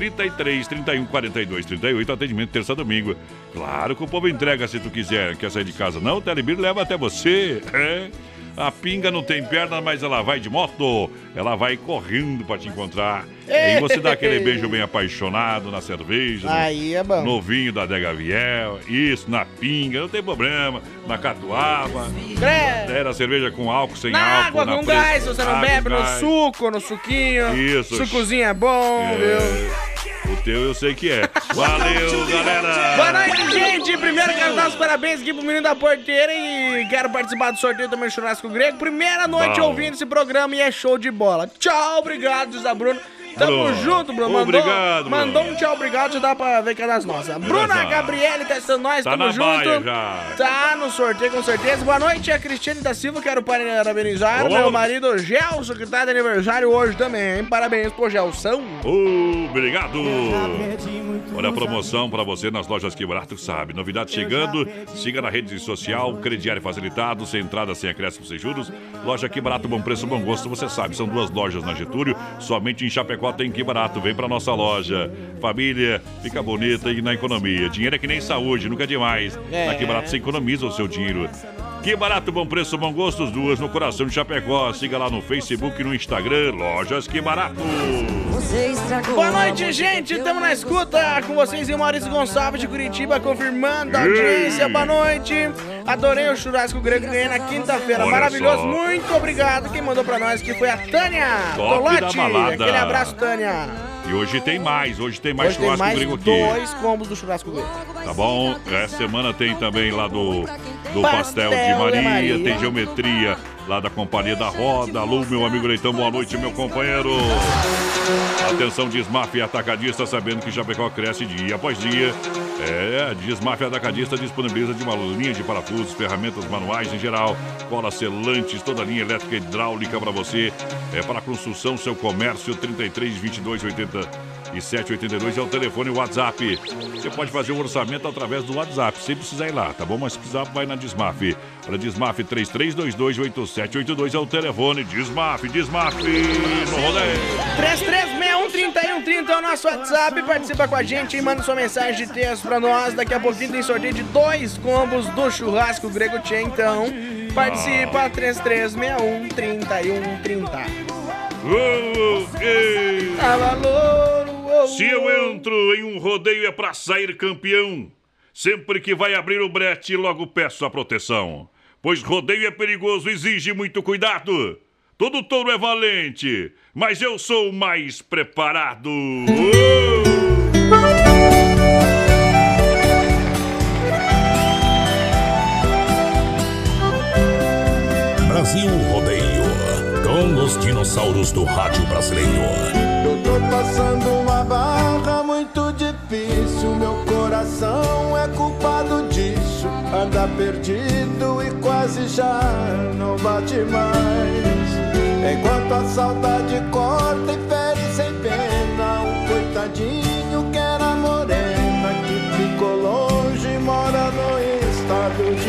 3331-4238, atendimento terça a domingo. Claro que o povo entrega se tu quiser. Quer sair de casa? Não, o Telebir leva até você. A pinga não tem perna, mas ela vai de moto. Ela vai correndo pra te encontrar. E aí você dá aquele beijo bem apaixonado na cerveja. Aí é bom. No vinho da Adega Viel. Isso, na pinga, não tem problema. Na catuaba. Era cerveja com álcool, sem na álcool. Água com gás, se você não bebe, no suco, no suquinho. Isso. Sucozinho é bom, viu? O teu eu sei que é. Valeu, galera! Boa noite, gente! Primeiro quero dar os parabéns aqui pro menino da porteira e quero participar do sorteio também do Churrasco Grego. Primeira noite ouvindo esse programa e é show de bola. Tchau, obrigado, José Bruno. Tamo junto, Bruno. Obrigado, mandou um tchau, obrigado, já dá pra ver que é das nossas. Bruna Gabriele testando nós, tá tamo junto. Já. Tá no sorteio com certeza. Boa noite, a Cristiane da Silva, quero parabenizar meu marido Gelson, que tá de aniversário hoje também, hein? Parabéns pro Gelson. Obrigado. Olha a promoção pra você nas lojas Que Barato, sabe? Novidade chegando, siga na rede social, crediário facilitado, sem entrada, sem acréscimo, sem juros. Loja Que Barato, bom preço, bom gosto, você sabe. São 2 lojas na Getúlio, somente em Chapecó tem Que Barato, vem pra nossa loja. Família, fica bonita e na economia. Dinheiro é que nem saúde, nunca é demais. Na Que Barato você economiza o seu dinheiro. Que Barato, bom preço, bom gosto, as 2 no coração de Chapecó. Siga lá no Facebook e no Instagram, Lojas Que Barato. Boa noite, gente. Estamos na escuta com vocês e o Maurício Gonçalves de Curitiba, confirmando a audiência. Boa noite. Adorei o churrasco grego que ganhei na quinta-feira. Maravilhoso. Muito obrigado. Quem mandou pra nós que foi a Tânia Tolotti. Aquele abraço, Tânia. E hoje tem mais churrasco grego aqui. 2 combos do churrasco grego. Tá bom? Essa semana tem também lá do Pastel de Maria, tem geometria lá da Companhia da Roda. Alô, meu amigo Leitão, boa noite, meu companheiro. Atenção, Desmaf Atacadista, sabendo que Chapecó cresce dia após dia. Desmaf Atacadista disponibiliza de uma linha de parafusos, ferramentas manuais em geral, colas selantes, toda a linha elétrica e hidráulica para você. Para construção, seu comércio, 33 22 87 82 é o telefone e o WhatsApp. Você pode fazer o orçamento através do WhatsApp, sem precisar ir lá, tá bom? Mas se precisar, vai na Desmaf. Para Desmaf, 3322 8782 é o telefone. Desmaf no rodeio. 3361-3130 é o nosso WhatsApp. Participa com a gente e manda sua mensagem de texto pra nós. Daqui a pouquinho tem sorteio de 2 combos do churrasco grego Tchê. Então, participa, 3361-3130. Se eu entro em um rodeio é pra sair campeão. Sempre que vai abrir o brete, logo peço a proteção. Pois rodeio é perigoso, exige muito cuidado. Todo touro é valente, mas eu sou mais preparado. Brasil Rodeio, com os dinossauros do rádio brasileiro. Eu tô passando uma barra muito difícil, meu coração é culpado disso. Anda perdido e quase já não bate mais. Enquanto a saudade corta e fere sem pena, um coitadinho que era morena, que ficou longe e mora no estado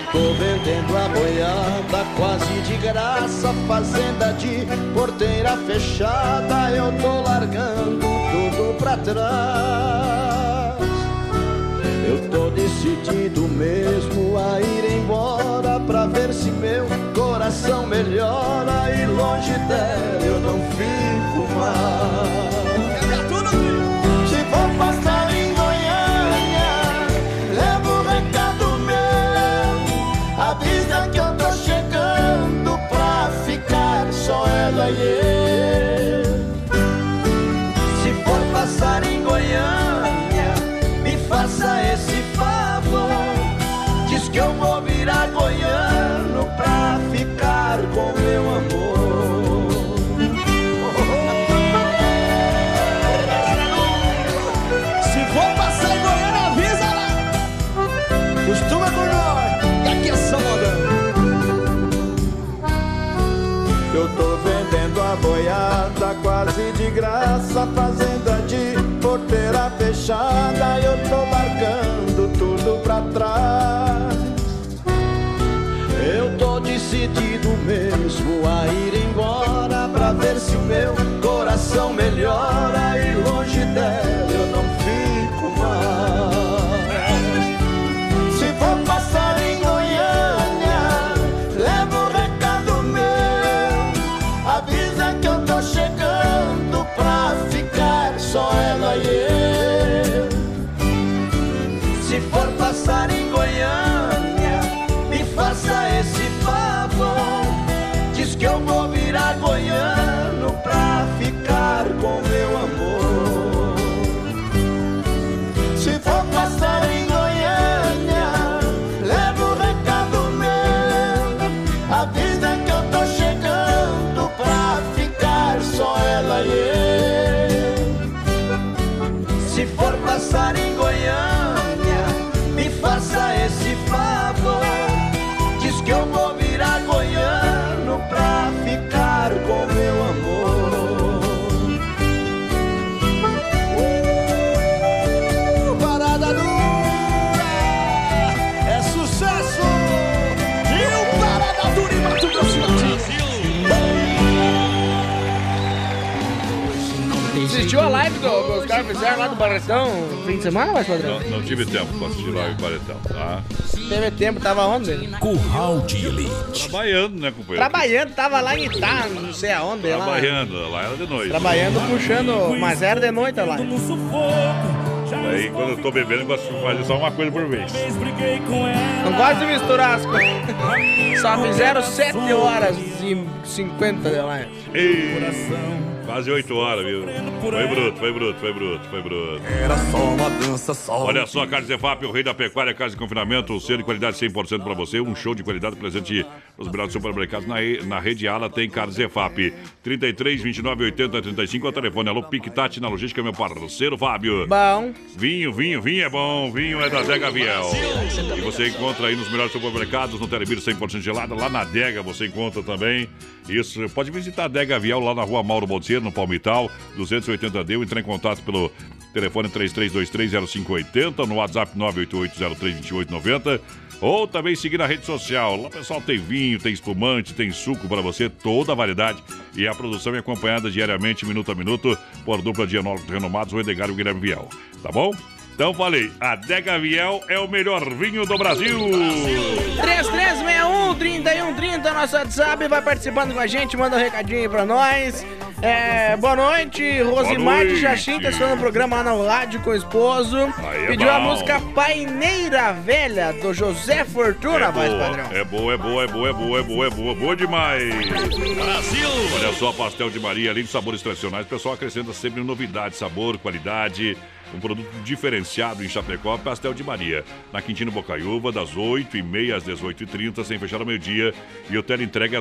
tô vendendo a boiada quase de graça, fazenda de porteira fechada, eu tô largando tudo pra trás. Eu tô decidido mesmo a ir embora pra ver se meu coração melhora e longe dela eu não fico mais. Se for passar em Goiânia, levo um recado meu, avisa que eu tô chegando pra ficar só ela e eu. Se for passar em Goiânia, me faça esse favor, diz que eu vou virar goiano pra ficar com meu amor. Se for passar em Goiânia, avisa lá, costuma com nós, e aqui é São Modão. Eu tô vendendo a boiada quase de graça, fazenda de porteira fechada, eu tô largando tudo pra trás. Eu tô decidido mesmo a ir embora pra ver se o meu coração melhora e longe dela eu não fico mais. Se for passar em Goiânia, leva um recado meu, avisa que eu tô chegando pra ficar só ela e eu. Se for passar em Goiânia, me faça esse favor, diz que eu vou virar goiano pra ficar com meu amor. Se for passar em Goiânia, leva um recado meu, avisa que eu tô chegando pra ficar só ela e eu. Se for passar em Goiânia, me faça esse favor, diz que eu vou virar goiano pra ficar com meu amor. Parada dura é sucesso, e o Parada Dura em Mato Grosso do Sul. Assistiu a live que os caras fizeram lá do Barretão no fim de semana, mais padrão? Não tive tempo pra assistir live do Barretão, tá? Teve tempo, tava onde? Curral de Elite. Trabalhando, né, companheiro? Trabalhando, tava lá em Itá, não sei aonde. Trabalhando, lá era de noite. Trabalhando, puxando, mas era de noite lá. Aí quando eu tô bebendo, eu gosto de fazer só uma coisa por vez. Não gosto de misturar as coisas. Só fizeram 7 horas e 50 de live. Quase 8 horas, viu? Foi bruto. Era só uma dança, só. Olha só, Carnes EFAP, o rei da pecuária, casa de confinamento, o selo de qualidade 100% pra você, um show de qualidade presente nos melhores supermercados. Na rede Ala tem Carnes EFAP, 33, 29, 80, 35 é o telefone. Alô, Piquetate na logística, meu parceiro Fábio. Bom. Vinho é bom, vinho é da Dega Viel. E você encontra aí nos melhores supermercados, no Telebir 100% gelada, lá na Dega você encontra também. Isso, pode visitar a Dega Viel lá na rua Mauro Balseiro, no Palmital, 280D, entrar em contato pelo telefone 33230580, no WhatsApp 988032890, ou também seguir na rede social. Lá, pessoal, tem vinho, tem espumante, tem suco para você, toda a variedade. E a produção é acompanhada diariamente, minuto a minuto, por dupla de enólogos renomados, o Edgar e o Guilherme Viel. Tá bom? Então falei, a Dega Viel é o melhor vinho do Brasil. 3361-3130, nosso WhatsApp, vai participando com a gente, manda um recadinho aí pra nós. Boa noite, Rosimar de Xaxim, tá assistindo o programa lá no rádio com o esposo. Pediu a música Paineira Velha, do José Fortuna, mais padrão. É boa demais. Brasil! Olha só, pastel de Maria, além de sabores tradicionais, o pessoal acrescenta sempre novidade, sabor, qualidade. Um produto diferenciado em Chapecó, Pastel de Maria. Na Quintino Bocaiúva, das 8h30 às 18h30, sem fechar ao meio-dia. E o teleentrega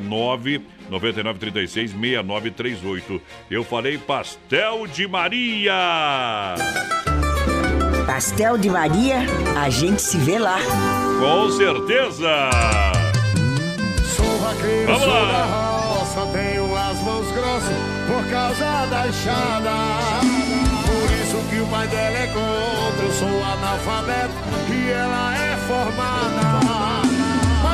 999366938. Eu falei Pastel de Maria! Pastel de Maria, a gente se vê lá. Com certeza! Sou vaqueiro, vamos sou lá. da roça, tenho as mãos grossas por causa da enxada. Que o pai dela é contra, eu sou analfabeto e ela é formada.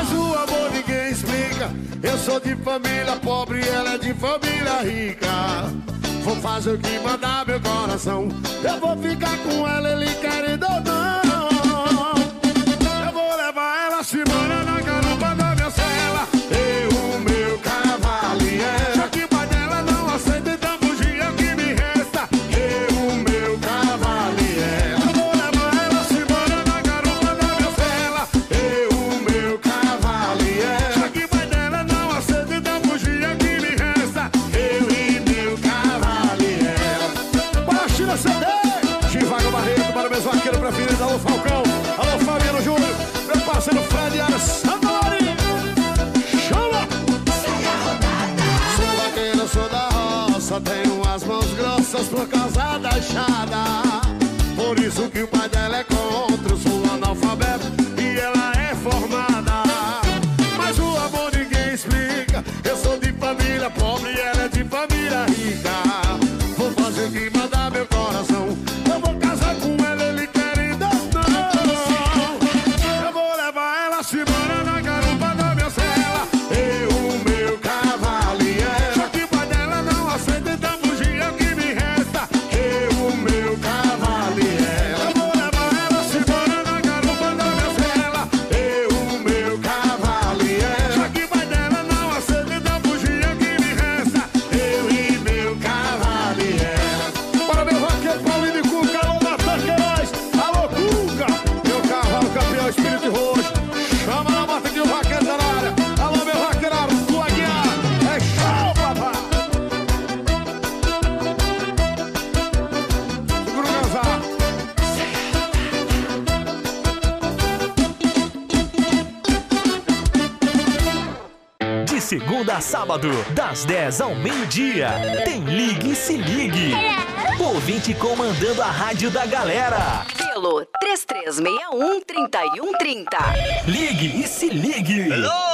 sou de família pobre e ela é de família rica. Vou fazer o que mandar meu coração. Eu vou ficar com ela, ele querendo ou não. Eu vou levar ela se embora na garupa da minha cela. Eu, o meu cavalo e ela. Já que o pai dela não aceita, então bugia que me resta. Eu, o meu cavalo e ela. Eu vou levar ela se embora na garupa da minha cela. Eu, o meu cavalo e ela. Já que o pai dela não aceita, então bugia que me resta. Eu e meu cavalo e ela. Para a China CD, Chivago Barreto, para o meu vaqueiro preferido, alô Falcão, alô Fabiano Júnior, meu parceiro Fred Ara Sandori. Chama! Sou vaqueiro, sou da roça, tenho as mãos grossas por causa da enxada. Por isso que o pai dela é contra, eu sou analfabeto e ela é formada. Mas o amor ninguém explica, eu sou de família pobre e ela é de família rica. Vou fazer o que mandar meu coração. Eu vou casar com ela, ele querendo ou não. Eu vou levar ela se embora na garupa da minha cela. Eu, o meu cavalo e ela. Já que o pai dela não aceita, então bugia que me resta. Eu, o meu cavalo e ela. Eu vou levar ela se embora na garupa da minha cela. Eu, o meu cavalo e ela. Já que o pai dela não aceita, então bugia que me resta. Eu e meu cavalo e ela. Para meu vaqueiro Paulinho e Cuca, alô Natan Queiroz, alô Cuca, meu cavalo campeão espírito roxo. Chama na bota que o vaqueiro tá na área. Alô meu vaqueiro Arthur Aguiar, é show, papai. Segura o casal. De segunda a sábado, das 10 ao meio-dia, tem Ligue e Se Ligue. Ouvinte comandando a rádio da galera. Pelo 3361-3130. Ligue e Se Ligue.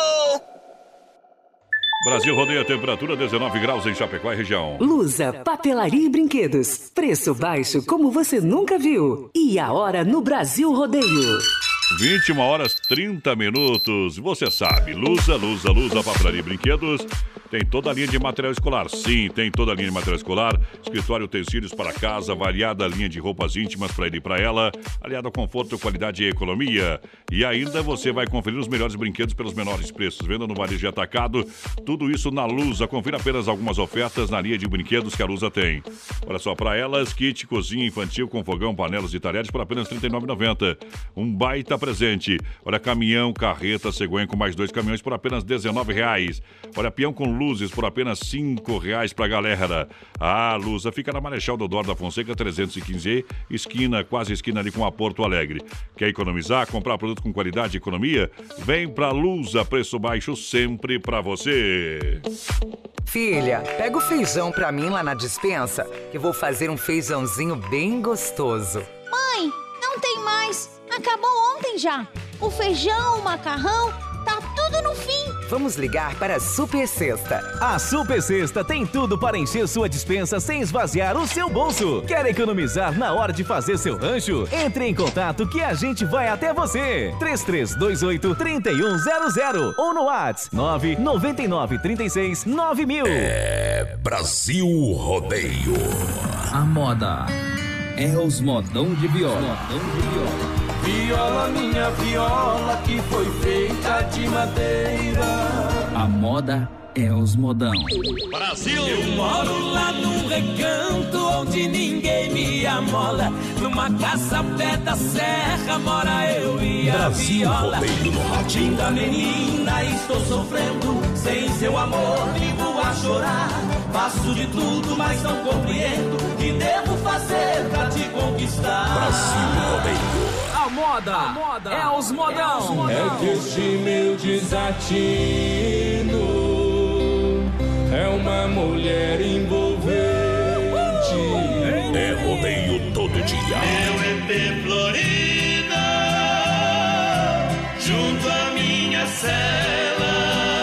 Brasil rodeia a temperatura 19 graus em Chapecó e região. Lusa, papelaria e brinquedos. Preço baixo como você nunca viu. E a hora no Brasil Rodeio. 21 horas 30 minutos. Você sabe, Lusa, papelaria e brinquedos. Tem toda a linha de material escolar. Sim, tem toda a linha de material escolar. Escritório, utensílios para casa, variada linha de roupas íntimas para ele e para ela, aliada ao conforto, qualidade e economia. E ainda você vai conferir os melhores brinquedos pelos menores preços. Venda no varejo de atacado. Tudo isso na Lusa. Confira apenas algumas ofertas na linha de brinquedos que a Lusa tem. Olha só, para elas, kit cozinha infantil com fogão, panelas e talheres por apenas R$ 39,90. Um baita presente. Olha, caminhão, carreta, cegonha com mais 2 caminhões por apenas R$ 19,00. Olha, peão com luzes por apenas R$ 5,00 pra galera. A Lusa fica na Marechal Deodoro da Fonseca 315, esquina, quase esquina ali com a Porto Alegre. Quer economizar, comprar produto com qualidade e economia? Vem pra Lusa, preço baixo sempre pra você. Filha, pega o feijão pra mim lá na despensa, que eu vou fazer um feijãozinho bem gostoso. Mãe, não tem mais. Acabou ontem já. O feijão, o macarrão, tá tudo no fim. Vamos ligar para a Super Sexta. A Super Sexta tem tudo para encher sua despensa sem esvaziar o seu bolso. Quer economizar na hora de fazer seu rancho? Entre em contato que a gente vai até você. 3328-3100 ou no WhatsApp 999369000. É Brasil Rodeio. A moda é os modão de viola. Viola, minha viola, que foi feita de madeira. A moda é os modão. Brasil! Eu moro lá num recanto onde ninguém me amola. Numa casa pé da serra mora eu e a Brasil viola. Rodeio. Linda menina, estou sofrendo. Sem seu amor vivo a chorar. Faço de tudo, mas não compreendo. O que devo fazer pra te conquistar? Brasil Rodeio. A moda é os modão. É que este meu desatino é uma mulher envolvente. É rodeio todo dia. Meu EP Florida, junto à minha cela.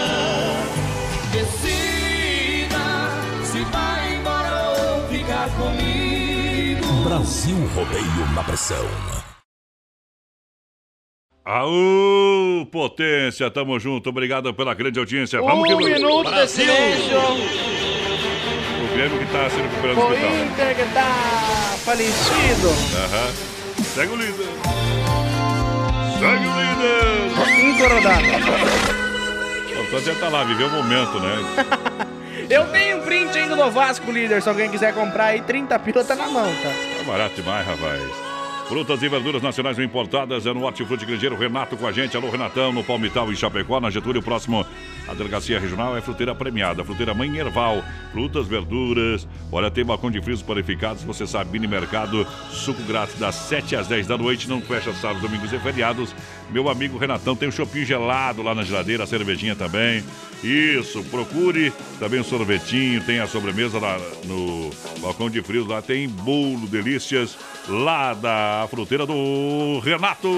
Decida se vai embora ou ficar comigo. Brasil Rodeio na pressão. Aô, potência, tamo junto, obrigado pela grande audiência. Vamos que vamos. Minuto de silêncio. O Grêmio que tá se recuperando O do hospital. Inter que tá falecido. Aham. Segue o líder. Segue o líder. Incordado. Só tentar lá, viver o momento, né? Eu tenho um print ainda do Vasco, líder. Se alguém quiser comprar aí, 30 pila tá na mão, tá? Tá barato demais, rapaz. Frutas e verduras nacionais bem importadas é no Hortifruti Grangeiro. Renato com a gente. Alô, Renatão, no Palmital, em Chapecó, na Getúlio, próximo à Delegacia Regional. É fruteira premiada, fruteira Mãe Erval. Frutas, verduras. Olha, tem balcão de frios panificados. Você sabe, mini mercado, suco grátis das 7 às 10 da noite. Não fecha sábados, domingos e feriados. Meu amigo Renatão tem um shopping gelado lá na geladeira, a cervejinha também. Isso, procure também um sorvetinho. Tem a sobremesa lá no balcão de frios. Lá tem bolo, delícias. Lá da fruteira do Renato.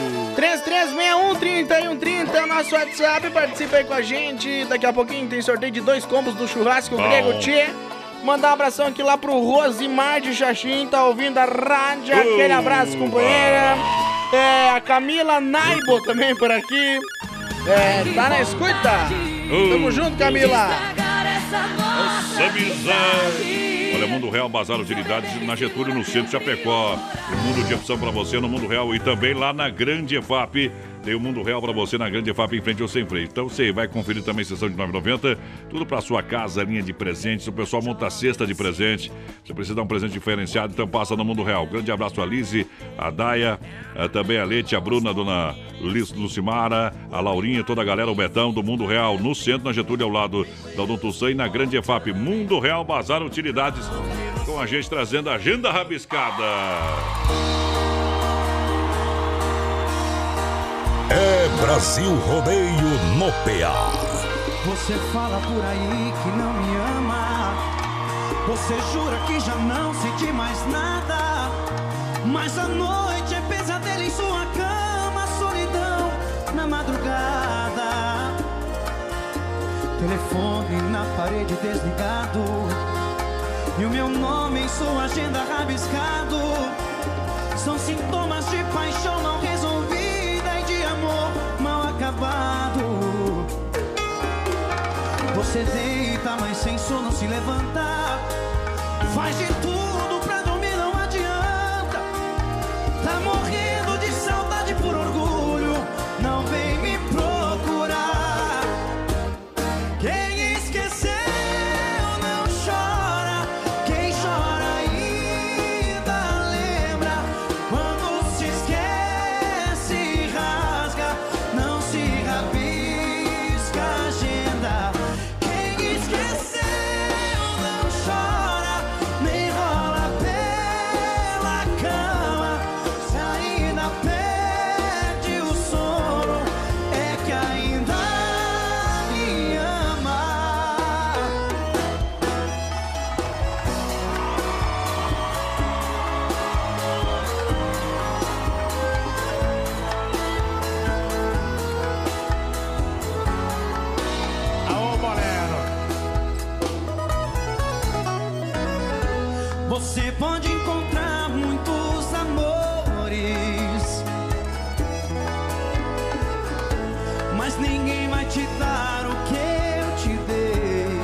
3361-3130 é o nosso WhatsApp. Participa aí com a gente. Daqui a pouquinho tem sorteio de 2 combos do churrasco grego Tchê. Mandar um abração aqui lá pro Rosimar de Xaxim. Tá ouvindo a rádio. Aquele abraço, companheira. A Camila Naibo também por aqui. Tá na escuta. Tamo junto, Camila. Nossa amizade. Olha, Mundo Real, Bazar Utilidades na Getúlio, no centro de Chapecó. Tem mundo de opção pra você no Mundo Real e também lá na Grande EFAP. Tem o Mundo Real pra você na Grande EFAP, em frente ao Sem Freio. Então você vai conferir também a sessão de R$ 9,90. Tudo pra sua casa, linha de presentes. O pessoal monta a cesta de presente. Você precisa dar um presente diferenciado, então passa no Mundo Real. Grande abraço a Lise, a Daia, também a Leite, a Bruna, a dona Lucimara, a Laurinha, toda a galera, o Betão do Mundo Real, no centro, na Getúlio, ao lado da Odontussan e na Grande EFAP. Mundo Real, Bazar Utilidades, com a gente trazendo a agenda rabiscada. É Brasil Rodeio no PA. Você fala por aí que não me ama. Você jura que já não sente mais nada. Mas a noite é pesadelo em sua cama, solidão na madrugada. Telefone na parede desligado e o meu nome em sua agenda rabiscado. São sintomas de paixão não resolvida e de amor mal acabado. Você deita, mas sem sono se levanta. Faz de tudo pra dormir, não adianta. Tá morrendo de saudade por orgulho. Não vem me procurar. Quem esqueceu não chora. Quem chora ainda lembra. Quando se esquece, rasga. Não se rabisca a agenda. Quem esqueceu não chora. Nem rola pela cama. Se ainda perde o sono, é que ainda me ama. Aô, bolero. Você pode encontrar muitos amores, mas ninguém vai te dar o que eu te dei.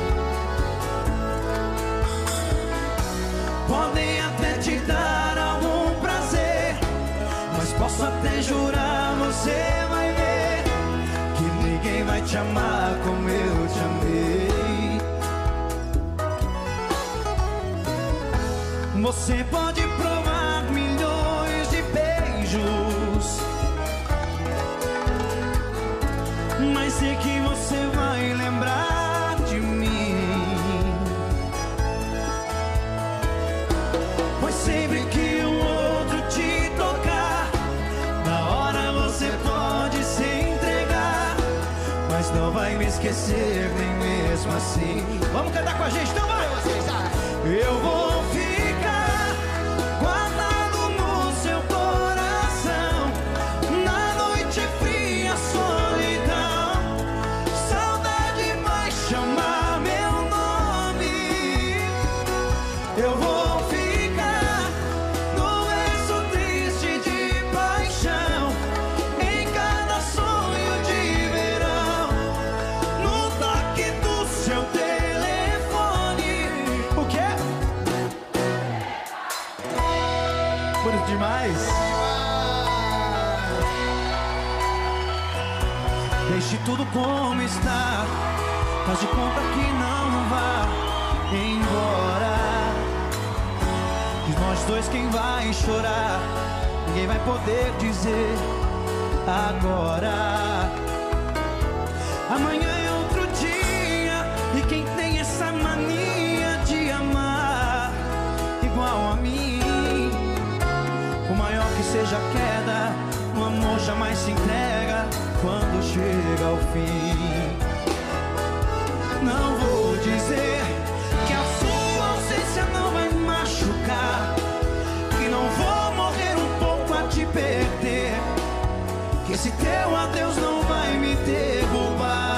Podem até te dar algum prazer, mas posso até jurar, você vai ver que ninguém vai te amar como eu te amei. Você pode provar milhões de beijos, mas sei que você vai lembrar de mim. Pois sempre que o outro te tocar, na hora você pode se entregar, mas não vai me esquecer nem mesmo assim. Vamos cantar com a gente, então vai vocês. Eu vou ficar guardado no seu coração, na noite fria, solidão. Saudade vai chamar meu nome. Eu vou ficar no verso triste de paixão, demais. Deixe tudo como está, faz de conta que não vá embora. De nós dois quem vai chorar, ninguém vai poder dizer agora. Amanhã é outro dia, e quem tem essa mania de amar igual a mim, por maior que seja a queda, o amor jamais se entrega quando chega ao fim. Não vou dizer que a sua ausência não vai machucar, que não vou morrer um pouco a te perder, que esse teu adeus não vai me derrubar.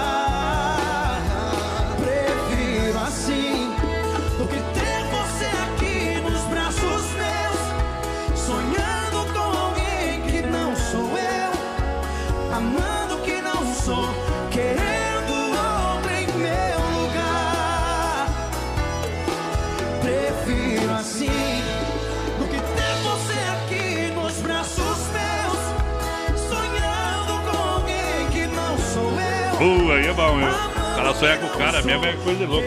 Prefiro assim do que ter você aqui nos braços meus, sonhando com alguém que não sou eu, amando que não sou, querendo outro em meu lugar. Prefiro assim do que ter você aqui nos braços meus, sonhando com alguém que não sou eu. Aí é bom, viu? O cara sonha com o cara mesmo, é coisa de louco.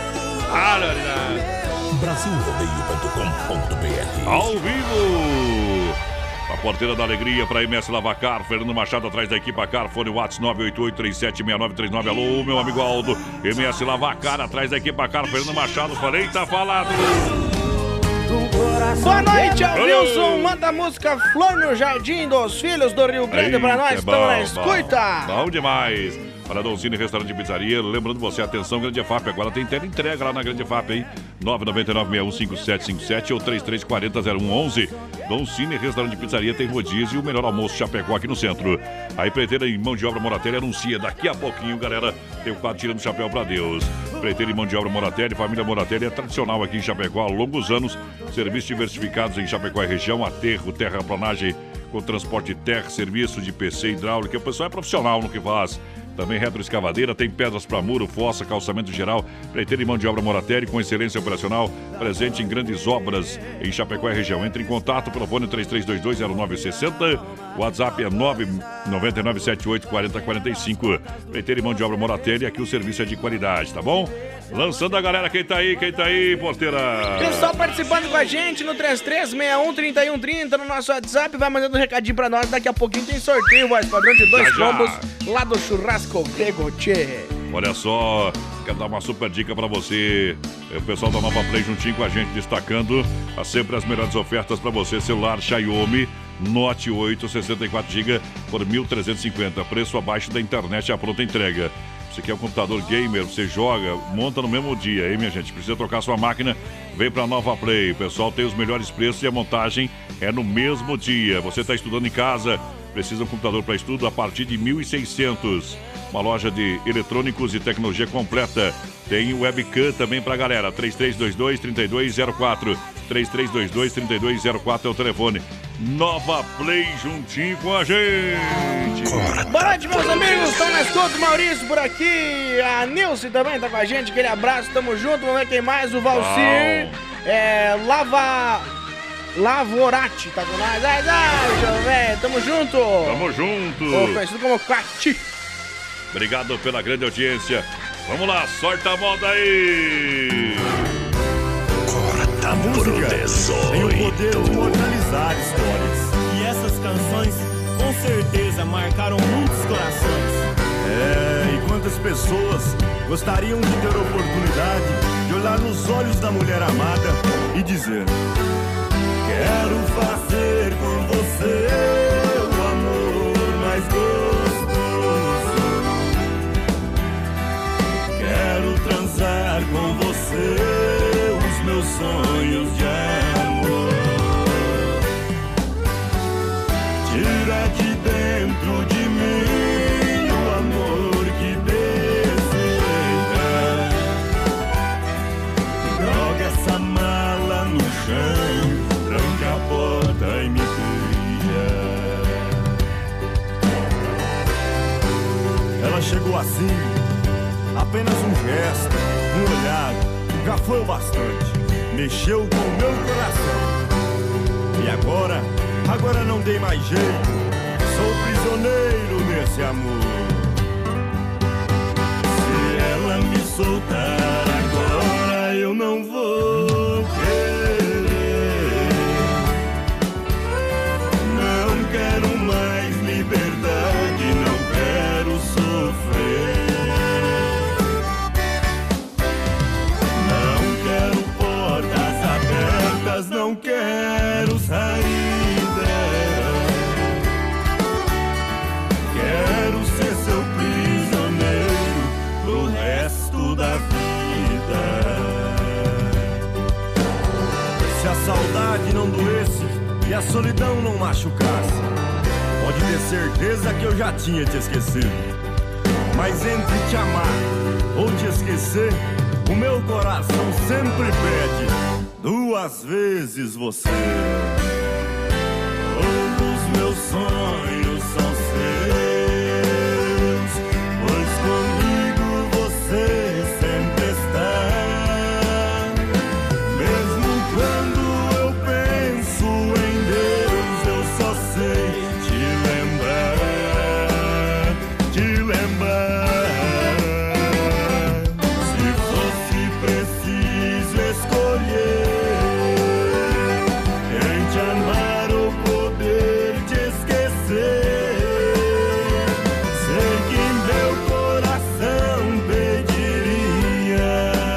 BrasilRodeio.com.br Ao vivo! A porteira da alegria para MS Lavacar, Fernando Machado atrás da equipe Car, fone WhatsApp 988-376939. Alô, meu amigo Aldo, MS Lavacar atrás da equipe Car, Fernando Machado, falei, tá falado. Boa noite, Wilson. Manda a música Flor no Jardim dos Filhos do Rio Grande pra nós, estamos na escuta. Bom demais. Para Doncini Restaurante e Pizzaria, lembrando você, atenção, Grande FAP, agora tem teleentrega lá na Grande FAP, hein? 999-615757 ou 3340-0111. Doncini Restaurante e Pizzaria tem rodízio e o melhor almoço Chapecó aqui no centro. A empreiteira em mão de obra Moratelli anuncia daqui a pouquinho, galera, tem o quadro Tirando o Chapéu pra Deus. Empreiteira em mão de obra Moratelli, família Moratelli é tradicional aqui em Chapecó há longos anos. Serviços diversificados em Chapecó e região, aterro, terraplanagem com transporte de terra, serviço de PC hidráulica. O pessoal é profissional no que faz. Também retroescavadeira, tem pedras para muro, fossa, calçamento geral, empreiteira e mão de obra Moratelli com excelência operacional, presente em grandes obras em Chapecó e região. Entre em contato pelo fone 33220960, WhatsApp é 999784045. Empreiteira e mão de obra Moratelli, aqui o serviço é de qualidade, tá bom? Lançando a galera, quem tá aí, porteira? Pessoal participando com a gente no 3361-3130 no nosso WhatsApp, vai mandando um recadinho pra nós, daqui a pouquinho tem sorteio, voz padrão de 2 combos lá do Churrasco Grego Tchê. Olha só, quero dar uma super dica pra você. O pessoal da Nova Play juntinho com a gente, destacando sempre as melhores ofertas pra você. Celular Xiaomi Note 8 64GB por 1.350, preço abaixo da internet, a pronta entrega. Você quer um computador gamer, você joga, monta no mesmo dia, hein, minha gente? Precisa trocar sua máquina, vem pra Nova Play. O pessoal tem os melhores preços e a montagem é no mesmo dia. Você está estudando em casa, precisa de um computador para estudo a partir de 1.600. Uma loja de eletrônicos e tecnologia completa. Tem webcam também pra galera. 3322-3204. 3322-3204 é o telefone. Nova Play juntinho com a gente. Boa noite, meus amigos. Estão na escuta, Maurício por aqui. A Nilce também tá com a gente. Aquele abraço, tamo junto. Vamos ver quem mais. O Valcir. Lavorati tá com nós. Ai, velho. Tamo junto. Tamo junto. Conhecido como Quati. Obrigado pela grande audiência. Vamos lá, sorta a moda aí. Corta a música tem o poder de imortalizar histórias. E essas canções, com certeza, marcaram muitos corações. E quantas pessoas gostariam de ter a oportunidade de olhar nos olhos da mulher amada e dizer: quero fazer com você o amor mais gostoso. Quero transar com você os meus sonhos de amor. Tira de dentro de mim o amor que deseja. Joga essa mala no chão, tranca a porta e me beija. Ela chegou assim, apenas um gesto, um olhar, já foi o bastante. Mexeu com o meu coração. E agora não tem mais jeito. Sou prisioneiro desse amor. Se ela me soltar agora, eu não vou querer. Não quero mais liberdade, não quero sofrer. Não quero portas abertas, não quero saída. Quero ser seu prisioneiro pro resto da vida. Se a saudade não doesse e a solidão não machucasse, pode ter certeza que eu já tinha te esquecido. Mas entre te amar ou te esquecer, o meu coração sempre pede 2 vezes você. Todos meus sonhos são seus, pois comigo você sempre está. Mesmo quando eu penso em Deus, eu só sei te lembrar. Se fosse preciso escolher entre amar ou poder te esquecer, sei que meu coração pediria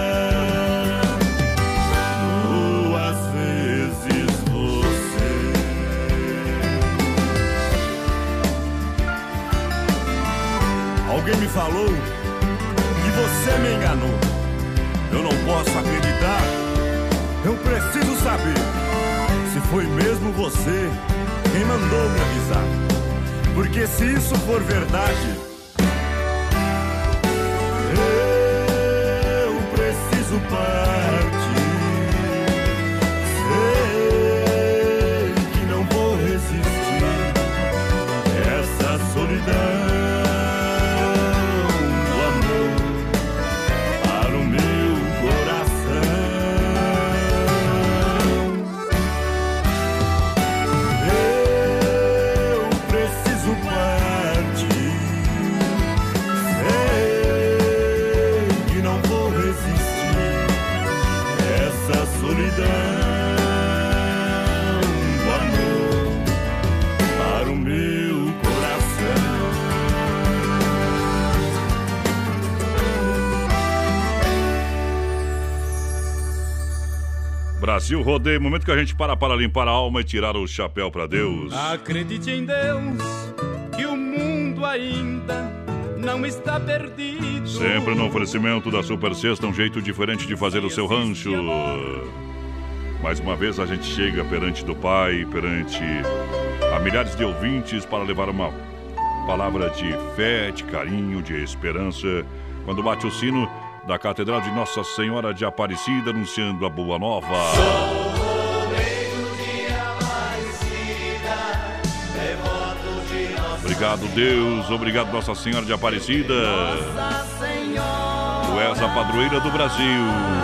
2 vezes você. Alguém me falou que você me enganou. Eu não posso acreditar. Eu preciso saber se foi mesmo você quem mandou me avisar. Porque se isso for verdade, eu preciso partir. Sei que não vou resistir essa solidão. O amor para o meu coração. Eu preciso partir. Sei que não vou resistir essa solidão. O amor para o meu coração. Brasil Rodeio, momento que a gente para limpar a alma e tirar o chapéu pra Deus. Acredite em Deus, que o mundo ainda não está perdido. Sempre no oferecimento da Super Sexta, um jeito diferente de fazer o seu rancho. Mais uma vez a gente chega perante do Pai, perante a milhares de ouvintes para levar uma palavra de fé, de carinho, de esperança. Quando bate o sino da Catedral de Nossa Senhora de Aparecida, anunciando a boa nova. Obrigado, Deus. Obrigado, Nossa Senhora de Aparecida. Tu és a padroeira do Brasil.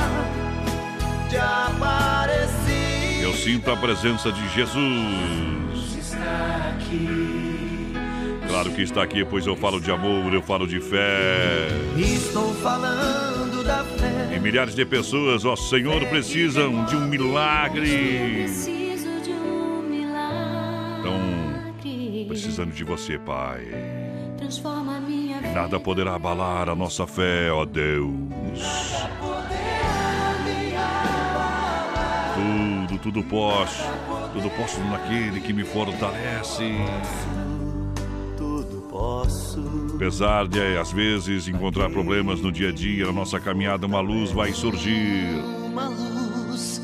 Eu sinto a presença de Jesus. Claro que está aqui, pois eu falo de amor, eu falo de fé. Estou falando da fé. E milhares de pessoas, ó Senhor, precisam de um milagre. Estão precisando de você, Pai. E nada poderá abalar a nossa fé, ó Deus. Tudo posso naquele que me fortalece. Apesar de, às vezes, encontrar problemas no dia a dia, na nossa caminhada, uma luz vai surgir. Uma luz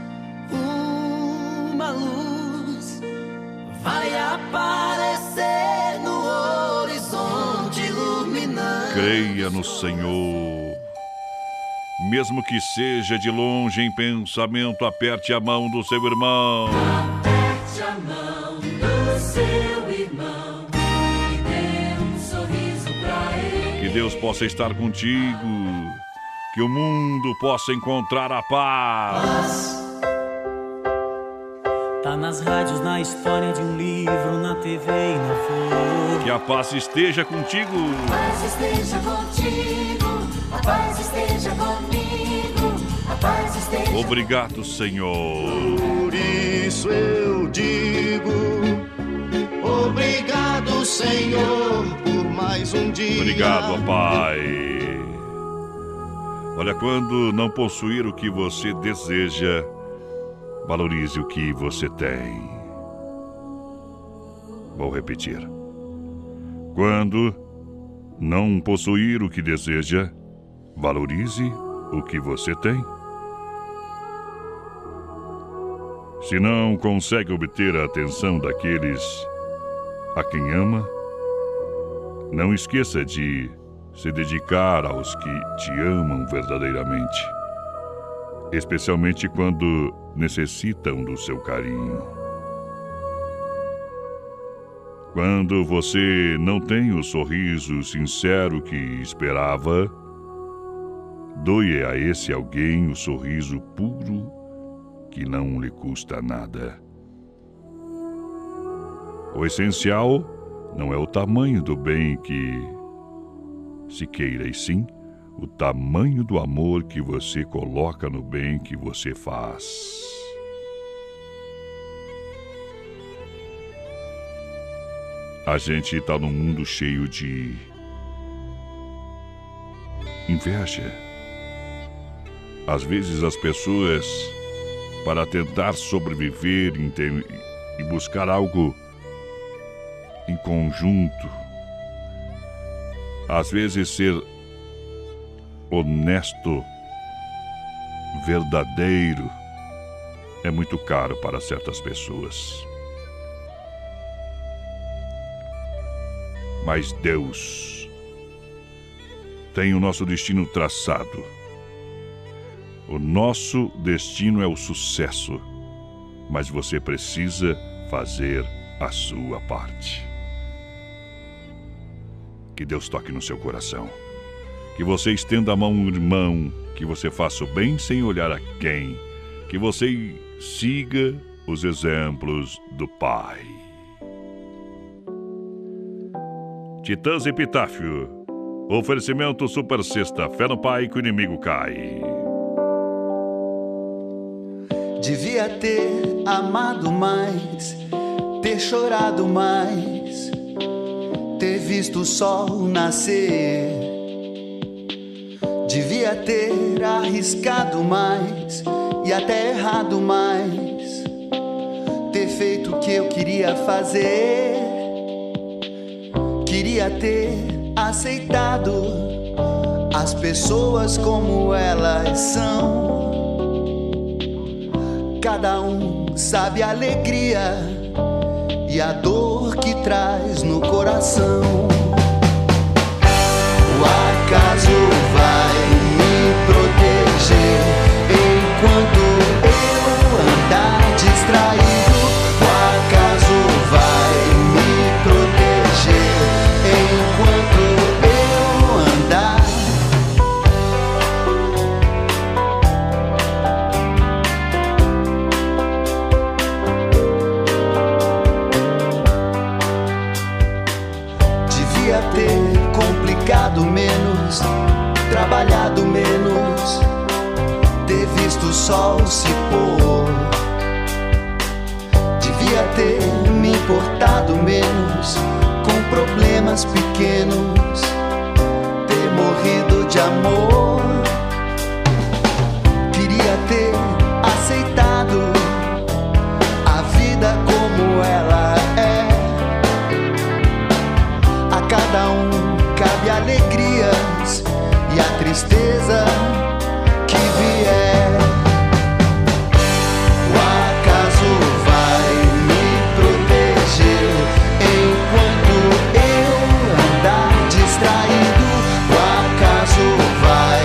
vai aparecer no horizonte iluminando. Creia no Senhor. Mesmo que seja de longe em pensamento, aperte a mão do seu irmão. Aperte a mão do seu irmão e dê um sorriso pra ele. Que Deus possa estar contigo, que o mundo possa encontrar a paz. Tá nas rádios, na história de um livro, na TV e na flor. Que a paz esteja contigo. A paz esteja contigo, a paz esteja comigo, a paz esteja... Obrigado, Senhor. Por isso eu digo, obrigado, Senhor, por mais um dia. Obrigado, ó Pai. Olha, quando não possuir o que você deseja, valorize o que você tem. Vou repetir. Quando não possuir o que deseja, valorize o que você tem. Se não consegue obter a atenção daqueles a quem ama, não esqueça de se dedicar aos que te amam verdadeiramente, especialmente quando necessitam do seu carinho. Quando você não tem o sorriso sincero que esperava, doe a esse alguém o sorriso puro que não lhe custa nada. O essencial não é o tamanho do bem que se queira, e sim o tamanho do amor que você coloca no bem que você faz. A gente está num mundo cheio de inveja. Às vezes as pessoas, para tentar sobreviver e buscar algo em conjunto, às vezes ser honesto, verdadeiro, é muito caro para certas pessoas. Mas Deus tem o nosso destino traçado. O nosso destino é o sucesso, mas você precisa fazer a sua parte. Que Deus toque no seu coração. Que você estenda a mão ao irmão, que você faça o bem sem olhar a quem, que você siga os exemplos do Pai. Titãs Epitáfio. Oferecimento Super Sexta. Fé no Pai que o inimigo cai. Devia ter amado mais, ter chorado mais, ter visto o sol nascer. Devia ter arriscado mais e até errado mais, ter feito o que eu queria fazer. Queria ter aceitado as pessoas como elas são. Cada um sabe a alegria e a dor que traz no coração. O acaso vai me proteger enquanto eu andar distraído. O acaso vai me proteger enquanto eu andar. Devia ter complicado menos, trabalhado menos, ter visto o sol se pôr. Devia ter me importado menos com problemas pequenos, ter morrido de amor. Queria ter aceitado a vida como ela é. A cada um cabe alegrias e a tristeza que vier. O acaso vai me proteger enquanto eu andar distraído. O acaso vai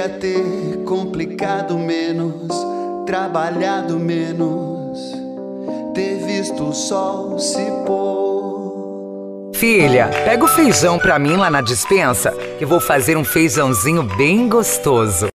ter complicado menos, trabalhado menos, ter visto o sol se pôr. Filha, pega o feijão pra mim lá na despensa, que vou fazer um feijãozinho bem gostoso.